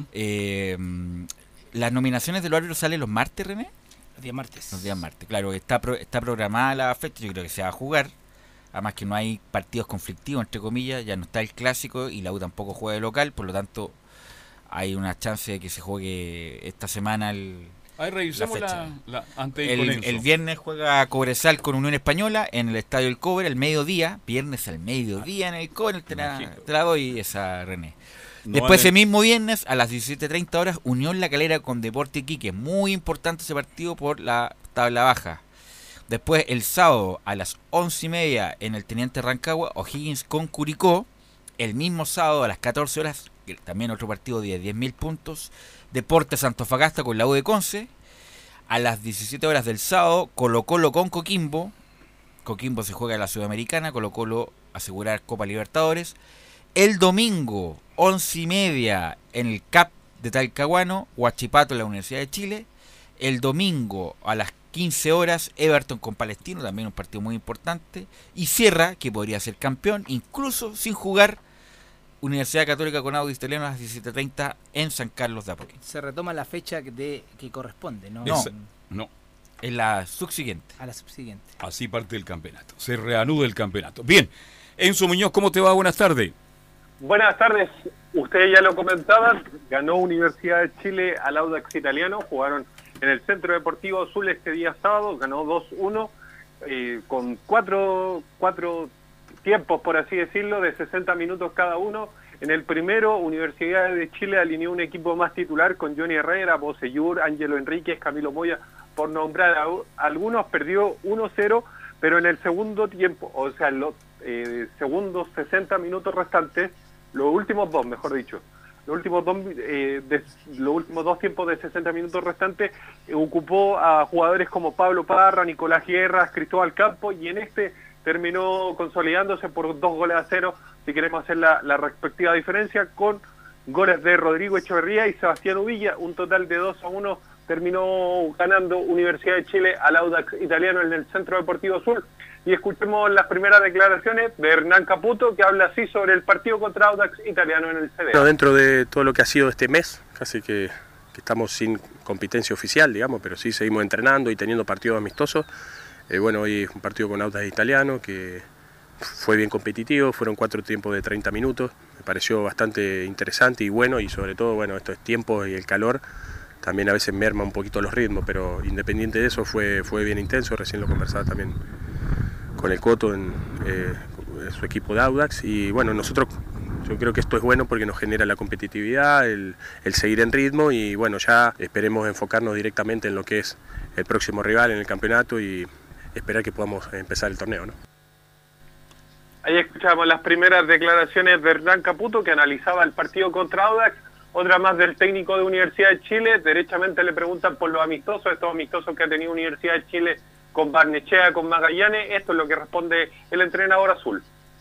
Las nominaciones del árbitro salen los martes, René. Los días martes. Los días martes, claro, está programada la fecha, yo creo que se va a jugar. Además que no hay partidos conflictivos, entre comillas, ya no está el clásico y la U tampoco juega de local, por lo tanto hay una chance de que se juegue esta semana Ahí revisemos la fecha. Antes el viernes juega Cobresal con Unión Española en el Estadio del Cobre, al mediodía, viernes al mediodía en el Cobre, te la doy esa, René. Después ese mismo viernes a las 17:30 horas Unión La Calera con Deportes Iquique. Muy importante ese partido por la tabla baja. Después el sábado a las 11:30 en el Teniente Rancagua O'Higgins con Curicó. El mismo sábado a las 14 horas también otro partido de 10.000 puntos. Deportes Antofagasta con la U de Conce. A las 17 horas del sábado Colo-Colo con Coquimbo. Coquimbo se juega en la Sudamericana. Colo-Colo asegurar Copa Libertadores. El domingo, 11:30 en el CAP de Talcahuano, Huachipato en la Universidad de Chile. El domingo a las 15 horas, Everton con Palestino, también un partido muy importante. Y cierra, que podría ser campeón, incluso sin jugar, Universidad Católica con Audax Italiano a las 17:30 en San Carlos de Apoquindo. Se retoma la fecha que corresponde, ¿no? No. Es la subsiguiente. A la subsiguiente. Así parte el campeonato. Se reanuda el campeonato. Bien. Enzo Muñoz, ¿cómo te va? Buenas tardes. Buenas tardes, ustedes ya lo comentaban, ganó Universidad de Chile al Audax Italiano, jugaron en el Centro Deportivo Azul este día sábado, ganó 2-1, con cuatro tiempos, por así decirlo, de 60 minutos cada uno. En el primero, Universidad de Chile alineó un equipo más titular con Johnny Herrera, Bocellur, Ángelo Enríquez, Camilo Moya, por nombrar a algunos, perdió 1-0, pero en el segundo tiempo, o sea, los segundos 60 minutos restantes, los últimos dos tiempos de 60 minutos restantes, ocupó a jugadores como Pablo Parra, Nicolás Guerras, Cristóbal Campos, y en este terminó consolidándose por 2-0, si queremos hacer la respectiva diferencia, con goles de Rodrigo Echeverría y Sebastián Uvilla. Un total de 2-1 terminó ganando Universidad de Chile al Audax Italiano en el Centro Deportivo Azul. Y escuchemos las primeras declaraciones de Hernán Caputo, que habla así sobre el partido contra Audax Italiano en el CDA. Bueno, dentro de todo lo que ha sido este mes, casi que estamos sin competencia oficial, digamos, pero sí seguimos entrenando y teniendo partidos amistosos. Bueno, hoy es un partido con Audax Italiano que fue bien competitivo, fueron 4 tiempos de 30 minutos, me pareció bastante interesante y bueno, y sobre todo, bueno, estos tiempos y el calor también a veces merma un poquito los ritmos, pero independiente de eso fue bien intenso, recién lo conversaba también con el Coto en su equipo de Audax, y bueno, yo creo que esto es bueno porque nos genera la competitividad, el seguir en ritmo, y bueno, ya esperemos enfocarnos directamente en lo que es el próximo rival en el campeonato y esperar que podamos empezar el torneo, ¿no? Ahí escuchamos las primeras declaraciones de Hernán Caputo, que analizaba el partido contra Audax. Otra más del técnico de Universidad de Chile. Derechamente le preguntan por los amistosos, estos amistosos que ha tenido Universidad de Chile con Barnechea, con Magallanes. Esto es lo que responde el entrenador azul.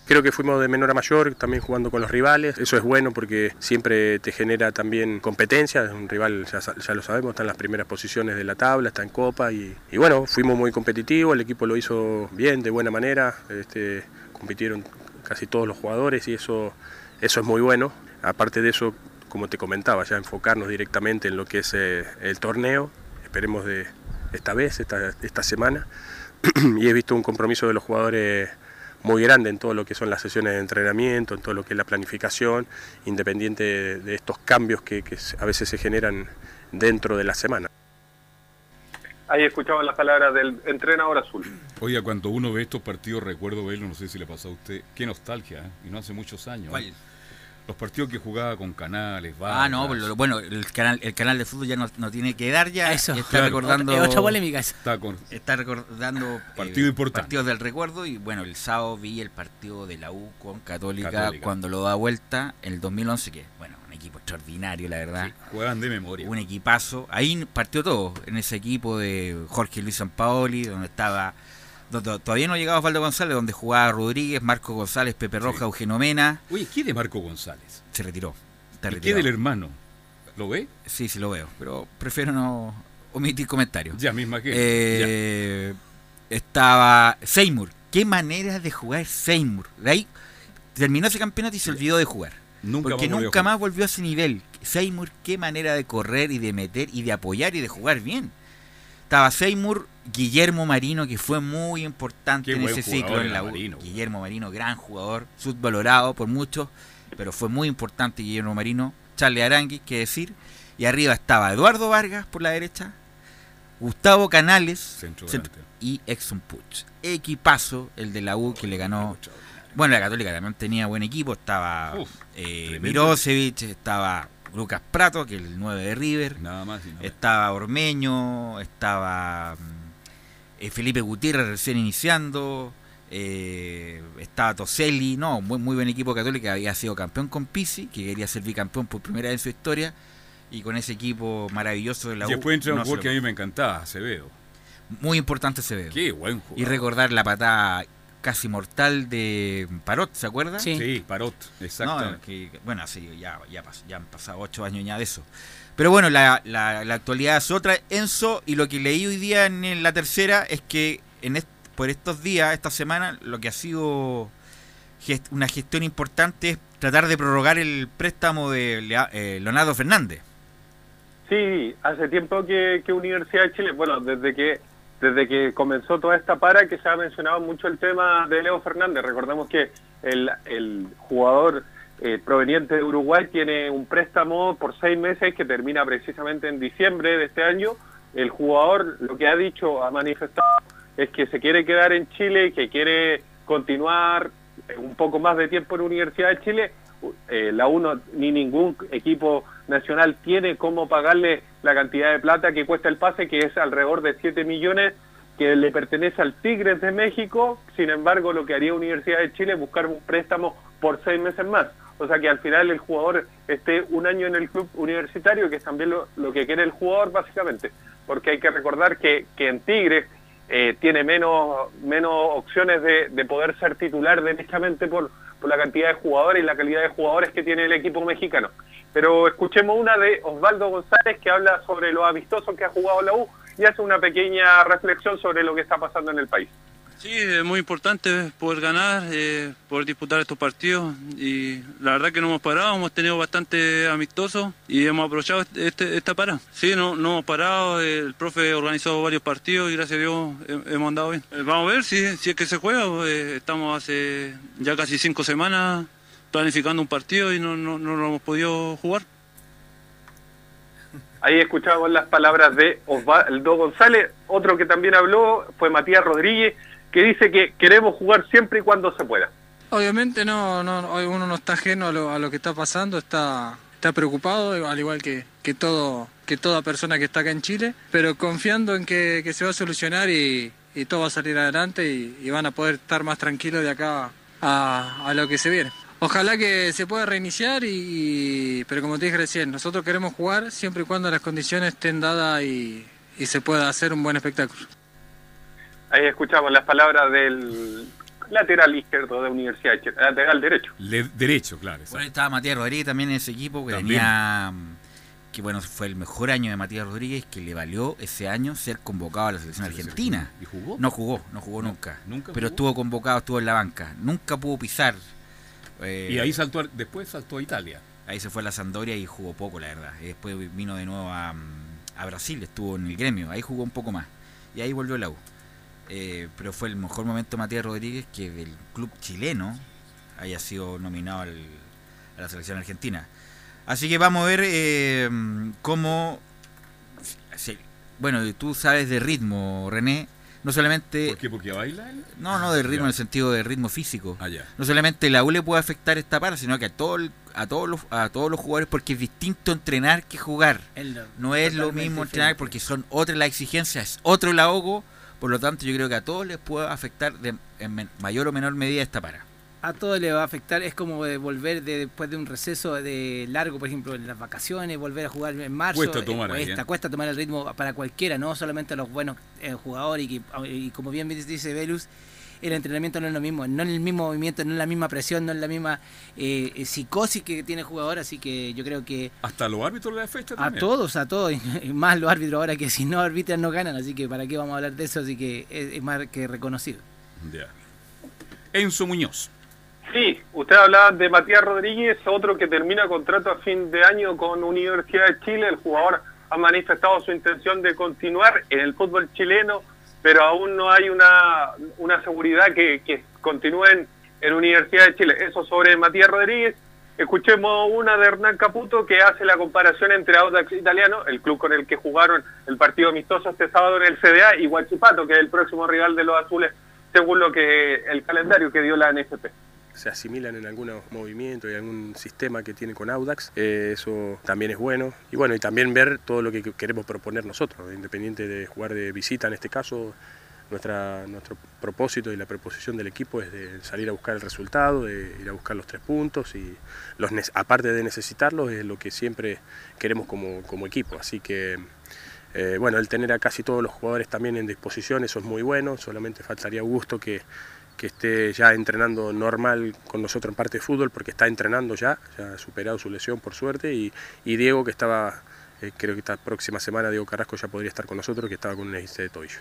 Creo que fuimos de menor a mayor, también jugando con los rivales. Eso es bueno porque siempre te genera también competencia. Un rival, ya lo sabemos, está en las primeras posiciones de la tabla, está en Copa. Y bueno, fuimos muy competitivos, el equipo lo hizo bien, de buena manera. Compitieron casi todos los jugadores y eso es muy bueno. Aparte de eso, como te comentaba, ya enfocarnos directamente en lo que es el torneo. Esperemos de esta semana. Y he visto un compromiso de los jugadores muy grande en todo lo que son las sesiones de entrenamiento, en todo lo que es la planificación, independiente de estos cambios que a veces se generan dentro de la semana. Ahí escuchaban las palabras del entrenador azul. Oiga, cuando uno ve estos partidos, recuerdo verlo, no sé si le pasó a usted, qué nostalgia, ¿eh? Y no hace muchos años. ¿Cuál? Los partidos que jugaba con Canales, Vargas. No, bueno, el canal de fútbol ya no tiene que dar ya. Eso. Está recordando. Otra polémica. Está recordando partidos del recuerdo. Y bueno, el sábado vi el partido de la U con Católica cuando lo da vuelta en el 2011, que bueno, un equipo extraordinario, la verdad. Sí, juegan de memoria. Un equipazo. Ahí partió todo, en ese equipo de Jorge Luis Sampaoli, donde todavía no llegaba Osvaldo González, donde jugaba Rodríguez, Marco González, Pepe Roja, Eugenio Mena. Oye, ¿qué de Marco González? Se retiró. ¿Y qué del hermano? ¿Lo ve? Sí, lo veo, pero prefiero no omitir comentarios. Ya, misma que. Estaba Seymour. ¿Qué manera de jugar Seymour? De ahí terminó ese campeonato y se olvidó de jugar. Porque nunca más volvió a ese nivel. Seymour, qué manera de correr y de meter y de apoyar y de jugar bien. Estaba Seymour, Guillermo Marino, que fue muy importante en ese ciclo en la U. Guillermo Marino, gran jugador, subvalorado por muchos, pero fue muy importante Guillermo Marino. Charles Aránguiz, qué decir. Y arriba estaba Eduardo Vargas por la derecha, Gustavo Canales y Exxon Puch. Equipazo el de la U que le ganó. Bueno, la Católica también tenía buen equipo. Estaba Mirosevic, estaba Lucas Prato, que es el 9 de River. Nada más estaba Ormeño, estaba Felipe Gutiérrez recién iniciando, estaba Toselli, muy buen equipo Católica, había sido campeón con Pizzi, que quería ser bicampeón por primera vez en su historia, y con ese equipo maravilloso de la U. Y después entra un jugador que a mí me encantaba, Acevedo. Muy importante Acevedo. Qué buen jugador. Y recordar la patada casi mortal de Parot, ¿se acuerda? Sí, Parot, exacto. Bueno, sí, ya han pasado 8 años ya de eso. Pero bueno, la actualidad es otra, Enzo, y lo que leí hoy día en la tercera es que por estos días, esta semana, lo que ha sido una gestión importante es tratar de prorrogar el préstamo de Leonardo Fernández. Sí, hace tiempo que Universidad de Chile, bueno, desde que comenzó toda esta para, que se ha mencionado mucho el tema de Leo Fernández. Recordemos que el jugador proveniente de Uruguay tiene un préstamo por 6 meses que termina precisamente en diciembre de este año. El jugador lo que ha manifestado es que se quiere quedar en Chile, que quiere continuar un poco más de tiempo en la Universidad de Chile. La U ni ningún equipo nacional tiene cómo pagarle la cantidad de plata que cuesta el pase, que es alrededor de 7 millones, que le pertenece al Tigres de México. Sin embargo, lo que haría Universidad de Chile es buscar un préstamo por 6 meses más. O sea que al final el jugador esté un año en el club universitario, que es también lo que quiere el jugador básicamente. Porque hay que recordar que en Tigres tiene menos opciones de poder ser titular derechamente por la cantidad de jugadores y la calidad de jugadores que tiene el equipo mexicano. Pero escuchemos una de Osvaldo González, que habla sobre lo amistoso que ha jugado la U y hace una pequeña reflexión sobre lo que está pasando en el país. Sí, es muy importante poder ganar, poder disputar estos partidos, y la verdad que no hemos parado, hemos tenido bastante amistosos y hemos aprovechado esta parada. Sí, no hemos parado, el profe organizó varios partidos y gracias a Dios hemos andado bien. Vamos a ver si es que se juega, estamos hace ya casi 5 semanas planificando un partido y no lo hemos podido jugar. Ahí escuchamos las palabras de Osvaldo González. Otro que también habló fue Matías Rodríguez, que dice que queremos jugar siempre y cuando se pueda. Obviamente uno no está ajeno a lo que está pasando, está preocupado, al igual que toda persona que está acá en Chile, pero confiando en que se va a solucionar y todo va a salir adelante y van a poder estar más tranquilos de acá a lo que se viene. Ojalá que se pueda reiniciar, pero como te dije recién, nosotros queremos jugar siempre y cuando las condiciones estén dadas y se pueda hacer un buen espectáculo. Ahí escuchamos las palabras del lateral izquierdo de Universidad de Chile, lateral derecho. Derecho, claro. Exacto. Bueno, estaba Matías Rodríguez también en ese equipo, que También. tenía, que bueno, fue el mejor año de Matías Rodríguez, que le valió ese año ser convocado a la selección argentina. ¿Y jugó? No jugó nunca. ¿Nunca pero jugó? estuvo convocado, estuvo en la banca. Nunca pudo pisar. Y ahí después saltó a Italia. Ahí se fue a la Sampdoria y jugó poco, la verdad. Y después vino de nuevo a Brasil, estuvo en el Gremio, ahí jugó un poco más. Y ahí volvió a la U. Pero fue el mejor momento de Matías Rodríguez que del club chileno haya sido nominado a la selección argentina. Así que vamos a ver cómo... Bueno, tú sabes de ritmo, René. No solamente... ¿Por qué? ¿Porque baila él? No, de ritmo en el sentido de ritmo físico. Ah, ya. No solamente la U le puede afectar esta para, sino que a todos los jugadores, porque es distinto entrenar que jugar. No es lo mismo entrenar porque son otras las exigencias, es otro el ahogo. Por lo tanto, yo creo que a todos les puede afectar en mayor o menor medida esta para. A todos les va a afectar, es como volver después de un receso de largo, por ejemplo, en las vacaciones, volver a jugar en marzo. Cuesta tomar el ritmo para cualquiera, no solamente a los buenos jugadores, y como bien dice Velus, el entrenamiento no es lo mismo, no es el mismo movimiento, no es la misma presión, no es la misma psicosis que tiene el jugador, así que yo creo que... Hasta los árbitros les afecta también. A todos, y más los árbitros ahora, que si no arbitran no ganan, así que para qué vamos a hablar de eso, así que es más que reconocido. Ya. Enzo Muñoz. Sí, usted hablaba de Matías Rodríguez, otro que termina contrato a fin de año con Universidad de Chile. El jugador ha manifestado su intención de continuar en el fútbol chileno, pero aún no hay una seguridad que continúen en Universidad de Chile. Eso sobre Matías Rodríguez. Escuchemos una de Hernán Caputo, que hace la comparación entre Audax Italiano, el club con el que jugaron el partido amistoso este sábado en el CDA, y Huachipato, que es el próximo rival de los azules, según lo que el calendario que dio la NFP. Se asimilan en algunos movimientos y algún sistema que tiene con Audax, eso también es bueno. Y bueno, y también ver todo lo que queremos proponer nosotros, independiente de jugar de visita en este caso. Nuestro propósito y la proposición del equipo es de salir a buscar el resultado, de ir a buscar los 3 puntos, y aparte de necesitarlos es lo que siempre queremos como equipo. Así que bueno, el tener a casi todos los jugadores también en disposición, eso es muy bueno. Solamente faltaría Augusto que esté ya entrenando normal con nosotros en parte de fútbol, porque está entrenando ya ha superado su lesión por suerte, y Diego, que estaba, creo que esta próxima semana Diego Carrasco ya podría estar con nosotros, que estaba con un esguince de tobillo.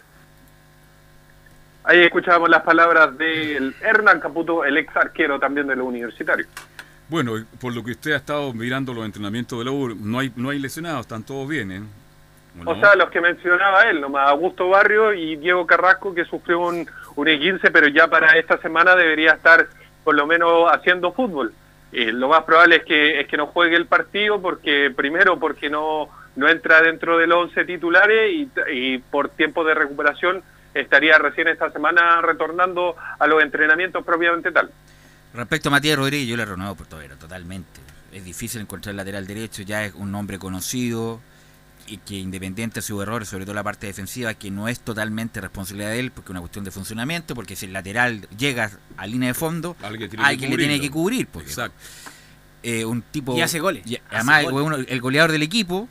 Ahí escuchábamos las palabras de Hernán Caputo, el ex arquero también de los Universitarios. Bueno, por lo que usted ha estado mirando los entrenamientos de la U, no hay lesionados, están todos bien, ¿eh? O sea, los que mencionaba él, nomás Augusto Barrio y Diego Carrasco, que sufrió un E15, pero ya para esta semana debería estar por lo menos haciendo fútbol. Lo más probable es que no juegue el partido, porque no entra dentro del 11 titulares, y por tiempo de recuperación estaría recién esta semana retornando a los entrenamientos propiamente tal. Respecto a Matías Rodríguez, yo le renuevo por Tobera, totalmente. Es difícil encontrar lateral derecho, ya es un nombre conocido, y que independiente de sus errores, sobre todo la parte defensiva, que no es totalmente responsabilidad de él, porque es una cuestión de funcionamiento, porque si el lateral llega a línea de fondo, alguien le tiene que cubrir. Exacto. Un tipo, y hace goles. Además, el goleador del equipo,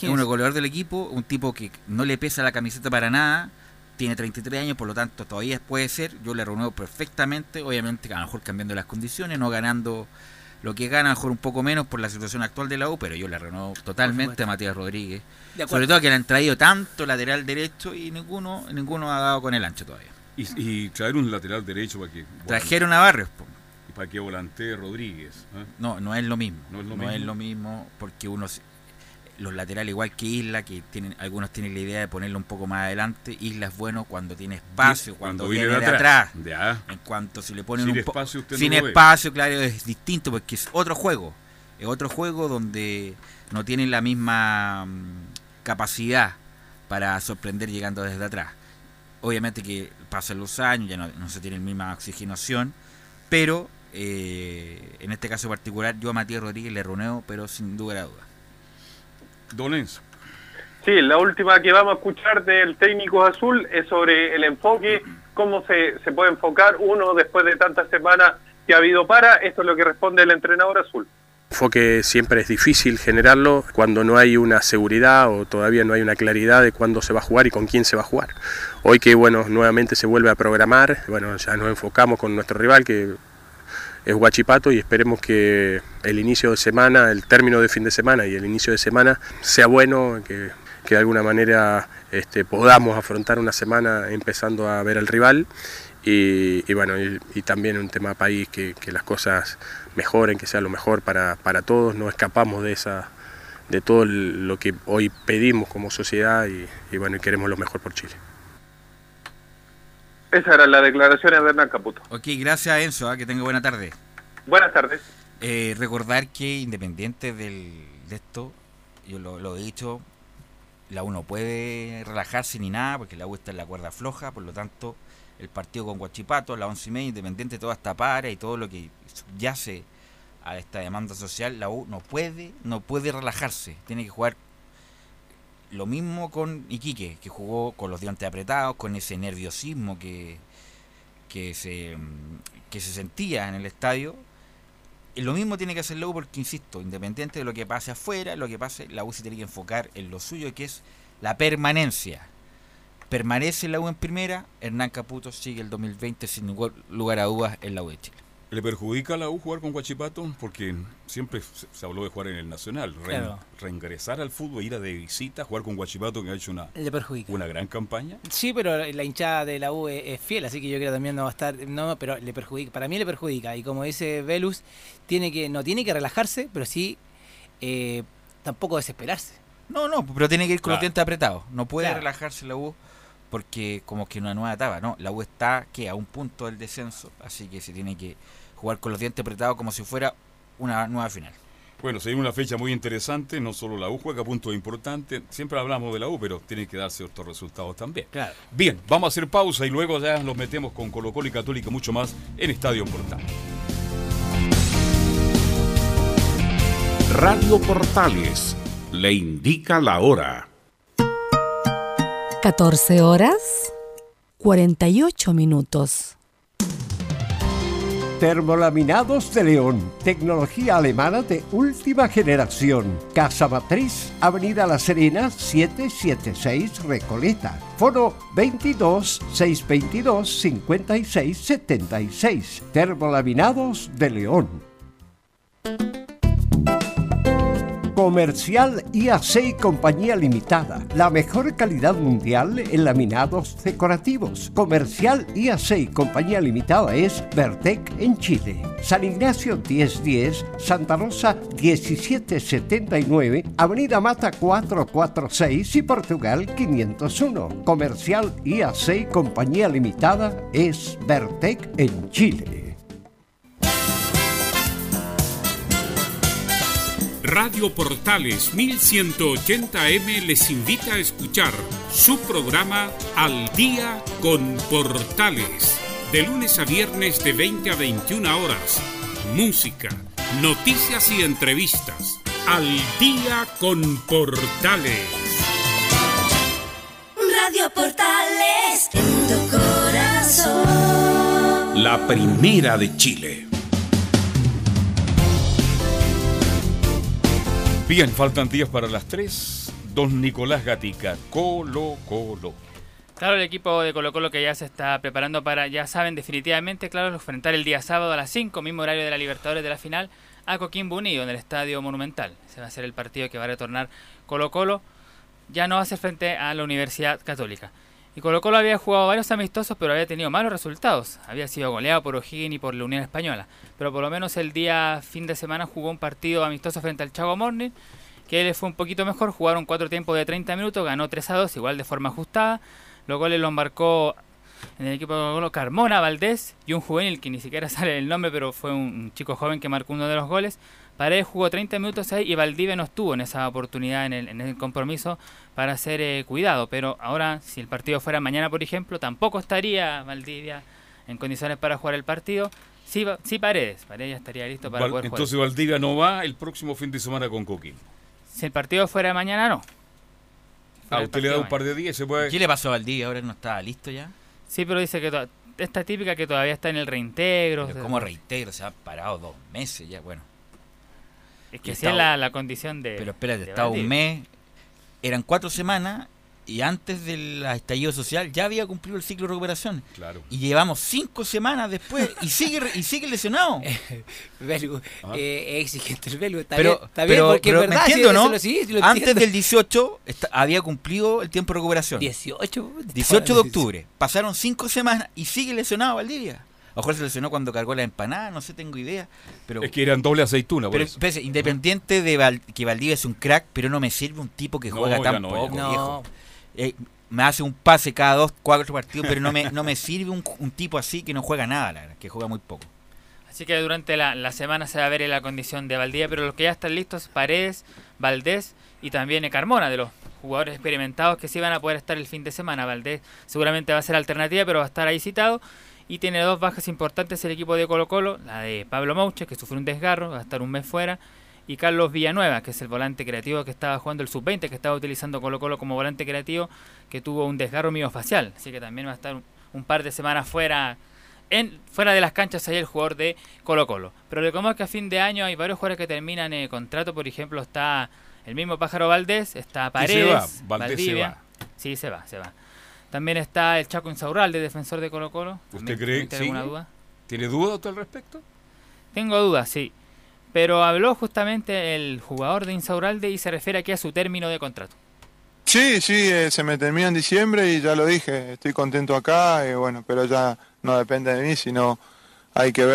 un tipo que no le pesa la camiseta para nada, tiene 33 años, por lo tanto todavía puede ser. Yo le renuevo perfectamente, obviamente a lo mejor cambiando las condiciones, no ganando lo que gana, a lo mejor un poco menos por la situación actual de la U, pero yo le renuevo totalmente a Matías Rodríguez. Sobre todo que le han traído tanto lateral derecho y ninguno ha dado con el ancho todavía. Y traer un lateral derecho para que... Trajeron a Barrios. Y para que volantee Rodríguez. No es lo mismo. No es lo mismo, porque los laterales, igual que Isla, que algunos tienen la idea de ponerlo un poco más adelante. Isla es bueno cuando tiene espacio, cuando viene de atrás. En cuanto si le ponen sin espacio, claro, es distinto, porque es otro juego. Es otro juego donde no tienen la misma capacidad para sorprender llegando desde atrás. Obviamente que pasan los años, ya no se tiene la misma oxigenación, pero en este caso particular yo a Matías Rodríguez le renuevo, pero sin duda a duda. Don Enzo. Sí, la última que vamos a escuchar del técnico azul es sobre el enfoque, cómo se puede enfocar uno después de tantas semanas que ha habido para. Esto es lo que responde el entrenador azul. enfoque siempre es difícil generarlo cuando no hay una seguridad o todavía no hay una claridad de cuándo se va a jugar y con quién se va a jugar. Hoy que bueno, nuevamente se vuelve a programar, bueno, ya nos enfocamos con nuestro rival que es Huachipato y esperemos que el inicio de semana, el término de fin de semana y el inicio de semana sea bueno, que de alguna manera podamos afrontar una semana empezando a ver al rival y bueno, y también un tema país, que las cosas mejoren, que sea lo mejor para todos, no escapamos de todo lo que hoy pedimos como sociedad y bueno, y queremos lo mejor por Chile. Esa era la declaración de Hernán Caputo. Ok, gracias Enzo, que tenga buena tarde. Buenas tardes. Recordar que independiente de esto, yo lo he dicho, la U no puede relajarse ni nada, porque la U está en la cuerda floja, por lo tanto, el partido con Huachipato a las 11:30, Independiente, toda esta para y todo lo que yace a esta demanda social, la U no puede relajarse, tiene que jugar lo mismo con Iquique, que jugó con los dientes apretados, con ese nerviosismo que se sentía en el estadio. Y lo mismo tiene que hacer la U porque, insisto, independiente de lo que pase afuera, lo que pase, la U se tiene que enfocar en lo suyo, que es la permanencia. Permanece la U en primera, Hernán Caputo sigue el 2020 sin ningún lugar a dudas en la U de Chile. ¿Le perjudica a la U jugar con Huachipato? Porque siempre se habló de jugar en el Nacional. Claro. Reingresar al fútbol, ir a de visita, jugar con Huachipato, que ha hecho una gran campaña. Sí, pero la hinchada de la U es fiel, así que yo creo que también no va a estar, no, pero le perjudica, para mí le perjudica, y como dice Velus, no tiene que relajarse, pero sí tampoco desesperarse. No, pero tiene que ir con los Claro. dientes apretados, no puede Claro. relajarse la U porque como que una nueva etapa, no, la U está a un punto del descenso, así que se tiene que jugar con los dientes apretados como si fuera una nueva final. Bueno, sería una fecha muy interesante, no solo la U juega puntos importantes, siempre hablamos de la U, pero tienen que darse otros resultados también. Claro. Bien, vamos a hacer pausa y luego ya nos metemos con Colo-Colo y Católica mucho más en Estadio Portales. Radio Portales le indica la hora. 14 horas 48 minutos. Termolaminados de León, tecnología alemana de última generación. Casa Matriz, Avenida La Serena, 776 Recoleta. Foro 22 622 5676. Termolaminados de León. Comercial IAC y Compañía Limitada. La mejor calidad mundial en laminados decorativos. Comercial IAC y Compañía Limitada es Vertec en Chile. San Ignacio 1010, Santa Rosa 1779, Avenida Mata 446 y Portugal 501. Comercial IAC y Compañía Limitada es Vertec en Chile. Radio Portales 1180M les invita a escuchar su programa Al Día con Portales, de lunes a viernes de 20 a 21 horas. Música, noticias y entrevistas. Al Día con Portales. Radio Portales en tu corazón. La primera de Chile. Bien, faltan días para las 3. Don Nicolás Gatica, Colo-Colo. Claro, el equipo de Colo-Colo que ya se está preparando para, ya saben definitivamente, claro, enfrentar el día sábado a las 5, mismo horario de la Libertadores de la final, a Coquimbo Unido en el Estadio Monumental. Ese va a ser el partido que va a retornar Colo-Colo. Ya no va a ser frente a la Universidad Católica. Y Colo-Colo había jugado varios amistosos, pero había tenido malos resultados. Había sido goleado por O'Higgins y por la Unión Española. Pero por lo menos el día fin de semana jugó un partido amistoso frente al Chago Morning, que le fue un poquito mejor. Jugaron 4 tiempos de 30 minutos, ganó 3-2, igual de forma ajustada. Los goles los marcó en el equipo de Colo-Colo Carmona, Valdés y un juvenil que ni siquiera sale el nombre, pero fue un chico joven que marcó uno de los goles. Paredes jugó 30 minutos ahí y Valdivia no estuvo en esa oportunidad en el compromiso para ser cuidado. Pero ahora, si el partido fuera mañana, por ejemplo, tampoco estaría Valdivia en condiciones para jugar el partido. Sí, Paredes ya estaría listo para poder jugar. Entonces Valdivia no va el próximo fin de semana con Coquimbo. Si el partido fuera mañana, no. Usted le da un par de días y se puede... ¿Qué le pasó a Valdivia? ¿Ahora no estaba listo ya? Sí, pero dice que esta típica que todavía está en el reintegro. Pero ¿cómo reintegro? Se ha parado 2 meses ya, bueno. Es que así es la condición de... Pero espérate, de estaba Valdivia. un mes, eran 4 semanas y antes del estallido social ya había cumplido el ciclo de recuperación. Claro. Y llevamos 5 semanas después y sigue lesionado. Velu, exigente el Velu, está Pero bien, porque pero es verdad, me entiendo, sí, ¿no? lo Antes entiendo. del 18 había cumplido el tiempo de recuperación. 18 de octubre. Pasaron 5 semanas y sigue lesionado Valdivia. A lo mejor se lesionó cuando cargó la empanada, no sé, tengo idea. Pero, Es que eran doble aceituna, por pero eso. espérese, independiente de que Valdivia es un crack, pero no me sirve un tipo que No, juega ya tan no, poco, ya no. viejo. Me hace un pase cada 2, 4 partidos, pero no me sirve un tipo así que no juega nada, la verdad, que juega muy poco. Así que durante la semana se va a ver la condición de Valdivia, pero los que ya están listos, Paredes, Valdés y también Carmona, de los jugadores experimentados que sí van a poder estar el fin de semana. Valdés seguramente va a ser alternativa, pero va a estar ahí citado. Y tiene 2 bajas importantes el equipo de Colo-Colo, la de Pablo Mouche, que sufrió un desgarro, va a estar un mes fuera, y Carlos Villanueva, que es el volante creativo que estaba jugando el sub-20, que estaba utilizando Colo-Colo como volante creativo, que tuvo un desgarro miofacial, así que también va a estar un par de semanas fuera de las canchas ahí el jugador de Colo-Colo. Pero recordemos que a fin de año hay varios jugadores que terminan contrato, por ejemplo está el mismo Pájaro Valdés, está Paredes, se va? Valdés Valdivia. Sí, se va. También está el Chaco Insaurralde, defensor de Colo-Colo. ¿Usted cree que alguna duda? ¿Tiene duda usted al respecto? Tengo dudas, sí. Pero habló justamente el jugador de Insaurralde y se refiere aquí a su término de contrato. Sí, se me termina en diciembre y ya lo dije, estoy contento acá, bueno, pero ya no depende de mí, sino hay que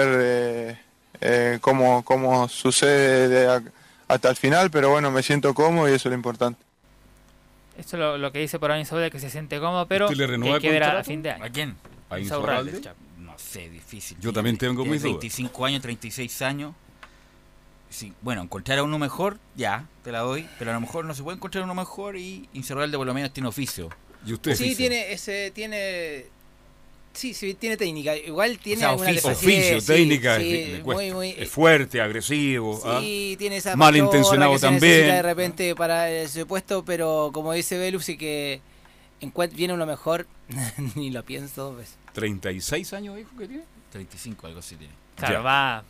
ver cómo sucede hasta el final, pero bueno, me siento cómodo y eso es lo importante. Eso es lo que dice por ahí Insaurralde, que se siente cómodo, pero ¿Usted le que renueva hay que ver a contrato? fin de año. ¿A quién? ¿A Insaurralde. Insaurralde? No sé, difícil. Yo también tengo Tiene mis dudas. 35 años, 36 años. Sí, bueno, encontrar a uno mejor, ya, te la doy, pero a lo mejor no se puede encontrar a uno mejor y Insaurralde por lo menos tiene oficio. ¿Y usted? Sí, tiene técnica. Igual tiene alguna oficio, técnica, sí, es fuerte, agresivo, sí, tiene esa malintencionado que se también. necesita de repente para ese puesto, pero como dice Velus, sí que viene uno mejor, ni lo pienso. Pues. 36 años dijo que tiene. 35, algo así tiene. Claro, va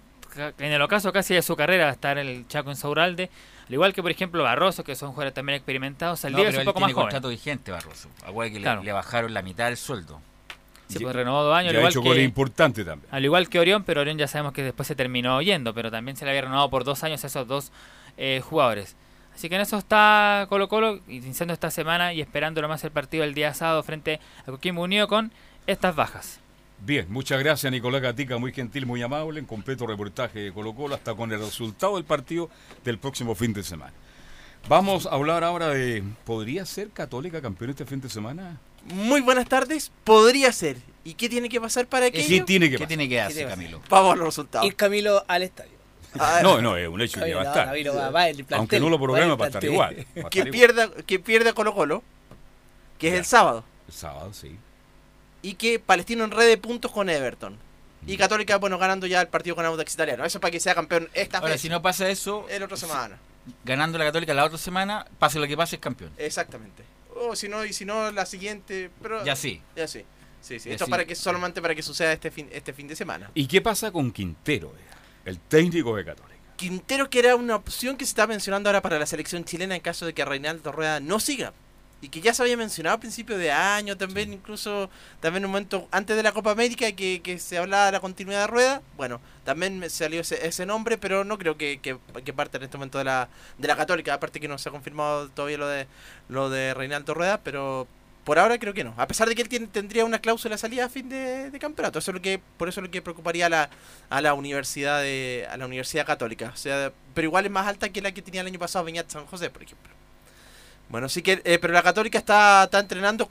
en el ocaso casi de su carrera va a estar el Chaco Insaurralde, al igual que por ejemplo Barroso, que son jugadores también experimentados. Saldivia es un poco más joven. Contrato vigente, Barroso. Acuérdate que Claro. le bajaron la mitad del sueldo. Sí, pues renovó 2 años. Ya ha hecho goles importantes también. Al igual que Orión, pero Orión ya sabemos que después se terminó yendo, pero también se le había renovado por 2 años a esos 2 jugadores. Así que en eso está Colo-Colo, iniciando esta semana y esperando nomás el partido el día sábado frente a Coquimbo Unido con estas bajas. Bien, muchas gracias Nicolás Gatica, muy gentil, muy amable, en completo reportaje de Colo-Colo, hasta con el resultado del partido del próximo fin de semana. Vamos a hablar ahora de, ¿podría ser Católica campeón este fin de semana? Muy buenas tardes, podría ser. ¿Y qué tiene que pasar para aquello? ¿Qué tiene que ¿Qué pasar? tiene que hacer, Camilo? Vamos a los resultados. Ir Camilo al estadio. No, es un hecho que va a estar. Camilo va el plantel, Aunque no lo programa para estar igual. Que pierda Colo-Colo, que es el sábado. El sábado, sí. Y que Palestino enrede puntos con Everton. Y Católica, bueno, ganando ya el partido con Audax Italiano. Eso para que sea campeón esta Ahora, vez. si no pasa eso, la otra semana. Ganando la Católica la otra semana, pase lo que pase, es campeón. Exactamente. O si no, la siguiente. Pero Ya sí. Ya sí. Sí. Ya Esto sí. solamente para que suceda este fin de semana. ¿Y qué pasa con Quintero, el técnico de Católica? Quintero, que era una opción que se está mencionando ahora para la selección chilena en caso de que Reinaldo Rueda no siga. Y que ya se había mencionado a principios de año también, incluso también en un momento antes de la Copa América que se hablaba de la continuidad de Rueda. Bueno, también me salió ese nombre, pero no creo que parte en este momento de la Católica. Aparte que no se ha confirmado todavía lo de Reinaldo Rueda, pero por ahora creo que no. A pesar de que él tendría una cláusula de salida a fin de campeonato. Por eso es lo que preocuparía a la Universidad Católica. O sea, pero igual es más alta que la que tenía el año pasado Beñat San José, por ejemplo. Bueno, sí que, pero la Católica está entrenando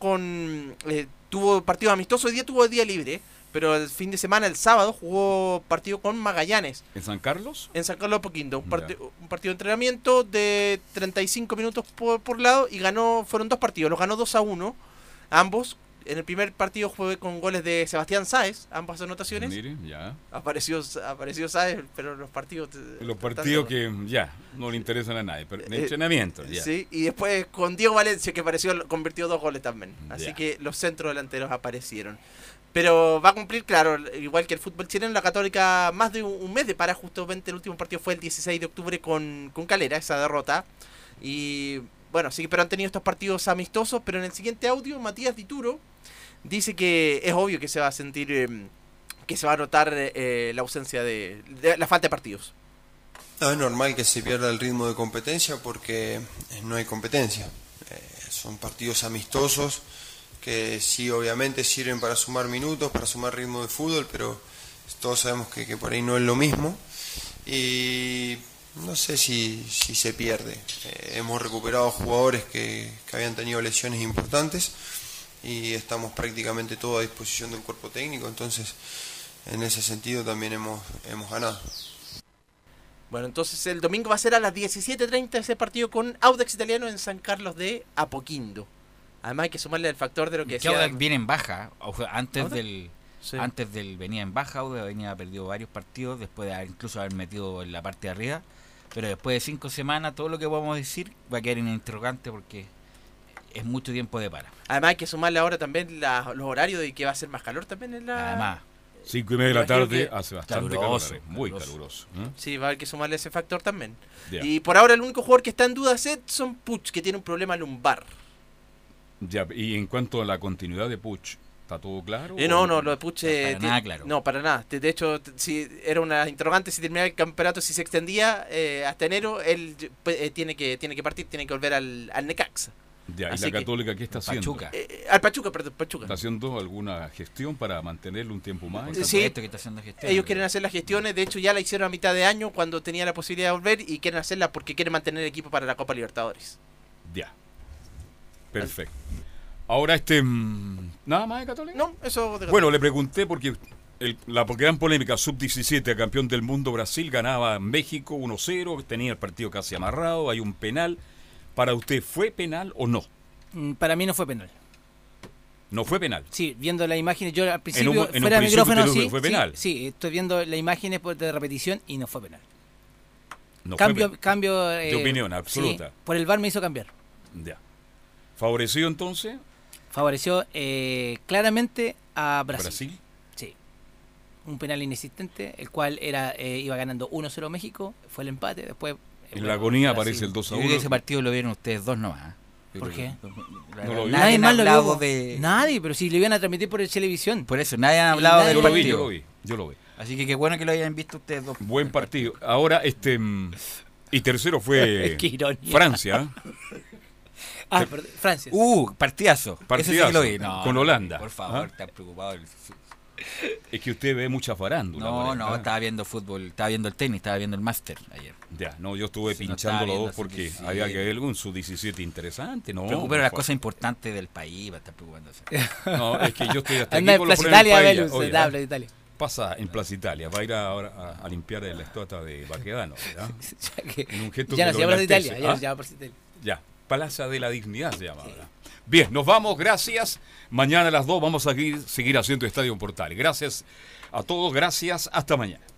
tuvo partidos amistosos, hoy día tuvo día libre, pero el fin de semana, el sábado, jugó partido con Magallanes. ¿En San Carlos? En San Carlos de Apoquindo, un partido de entrenamiento de 35 minutos por lado y fueron 2 partidos, los ganó 2-1, ambos, En el primer partido fue con goles de Sebastián Sáez, ambas anotaciones. Mire, ya. Apareció Sáez, pero los partidos... Los partidos que ya no le interesan a nadie, pero de entrenamiento, ya. Sí, y después con Diego Valencia, que convirtió 2 goles también. Así Ya. que los centros delanteros aparecieron. Pero va a cumplir, claro, igual que el fútbol chileno, la Católica más de un mes de para. Justamente el último partido fue el 16 de octubre con Calera, esa derrota. Y bueno, sí, pero han tenido estos partidos amistosos. Pero en el siguiente audio, Matías Dituro dice que es obvio que se va a sentir, que se va a notar la ausencia de la falta de partidos. No, es normal que se pierda el ritmo de competencia porque no hay competencia. Son partidos amistosos que sí, obviamente sirven para sumar minutos, para sumar ritmo de fútbol, pero todos sabemos que por ahí no es lo mismo. Y no sé si se pierde. Hemos recuperado jugadores que habían tenido lesiones importantes y estamos prácticamente todos a disposición del cuerpo técnico, entonces en ese sentido también hemos ganado. Bueno, entonces el domingo va a ser a las 17:30 ese partido con Audax Italiano en San Carlos de Apoquindo. Además hay que sumarle el factor de lo que Que decía... Audax viene en baja. Antes ¿Audax? del... Sí. Antes del venía en baja, Audax venía perdido varios partidos, después de incluso haber metido en la parte de arriba. Pero después de 5 semanas, todo lo que podamos decir va a quedar en interrogante porque es mucho tiempo de para. Además hay que sumarle ahora también los horarios de que va a ser más calor también en la... Además. 5:30 de la tarde Imagino que- hace bastante Caluroso, calor, muy caluroso. Sí, va a haber que sumarle ese factor también. Ya. Y por ahora el único jugador que está en duda es Edson Puch, que tiene un problema lumbar. Ya, y en cuanto a la continuidad de Puch, ¿está todo claro? No, lo de Puch... para nada claro. No, para nada. De hecho, si era una interrogante si terminaba el campeonato, si se extendía hasta enero, él tiene que partir, tiene que volver al Necaxa. Ya, ¿y Así la que- Católica qué está haciendo? Pachuca. Al Pachuca, perdón, Pachuca. ¿Está haciendo alguna gestión para mantenerlo un tiempo más? Sí, que está haciendo gestiones. ellos quieren hacer las gestiones, de hecho ya la hicieron a mitad de año cuando tenía la posibilidad de volver y quieren hacerla porque quieren mantener el equipo para la Copa Libertadores. Ya. Perfecto. Ahora ¿nada más de Católica? No, eso de Bueno, le pregunté porque la gran polémica, sub-17, campeón del mundo Brasil, ganaba en México 1-0, tenía el partido casi amarrado, hay un penal. ¿Para usted fue penal o no? Para mí no fue penal. ¿No fue penal? Sí, viendo las imágenes, yo al principio, en un fuera de principio micrófono, usted sí, fue penal. sí, estoy viendo las imágenes de repetición y no fue penal. No Cambio fue de opinión absoluta. Sí, por el VAR me hizo cambiar. Ya. ¿Favoreció entonces? Favoreció claramente a Brasil. ¿Brasil? Sí. Un penal inexistente, el cual iba ganando 1-0 México, fue el empate, después... En la agonía Brasil. aparece el 2-1. Yo creo que ese partido lo vieron ustedes dos nomás. ¿Por qué? No lo vi. Nadie más lo hablado vio. Nadie, pero si le iban a transmitir por televisión. Por eso, nadie ha hablado nadie del lo partido. Yo lo vi. Así que qué bueno que lo hayan visto ustedes dos. Buen partido. Ahora, y tercero fue Qué ironía. Francia. Perdón, Francia. Partidazo. Ese sí que lo vi. No, con Holanda. Por favor, ¿Ah? están preocupados. Es que usted ve mucha farándula. No, estaba viendo fútbol, estaba viendo el tenis, estaba viendo el máster ayer. Ya, no, yo estuve Sí, pinchando no los dos estaba porque viendo, había que ver algún sub-17 interesante, ¿no? Preocupero las cosas importantes del país, va a estar preocupándose. No, es que yo estoy hasta Anda aquí en con los Plaza problemas Italia, del país, Velus, oye, habla de Italia. Pasa en Plaza Italia, va a ir ahora a limpiar la estatua de Baquedano, ¿verdad? En un gesto Ya no que se lo llama Plaza enaltece, Italia, ya ¿ah? se llama Plaza Italia. Ya, Plaza de la Dignidad se llama ahora. Bien, nos vamos, gracias. Mañana a las 2 vamos a seguir haciendo Estadio Portal. Gracias a todos, gracias, hasta mañana.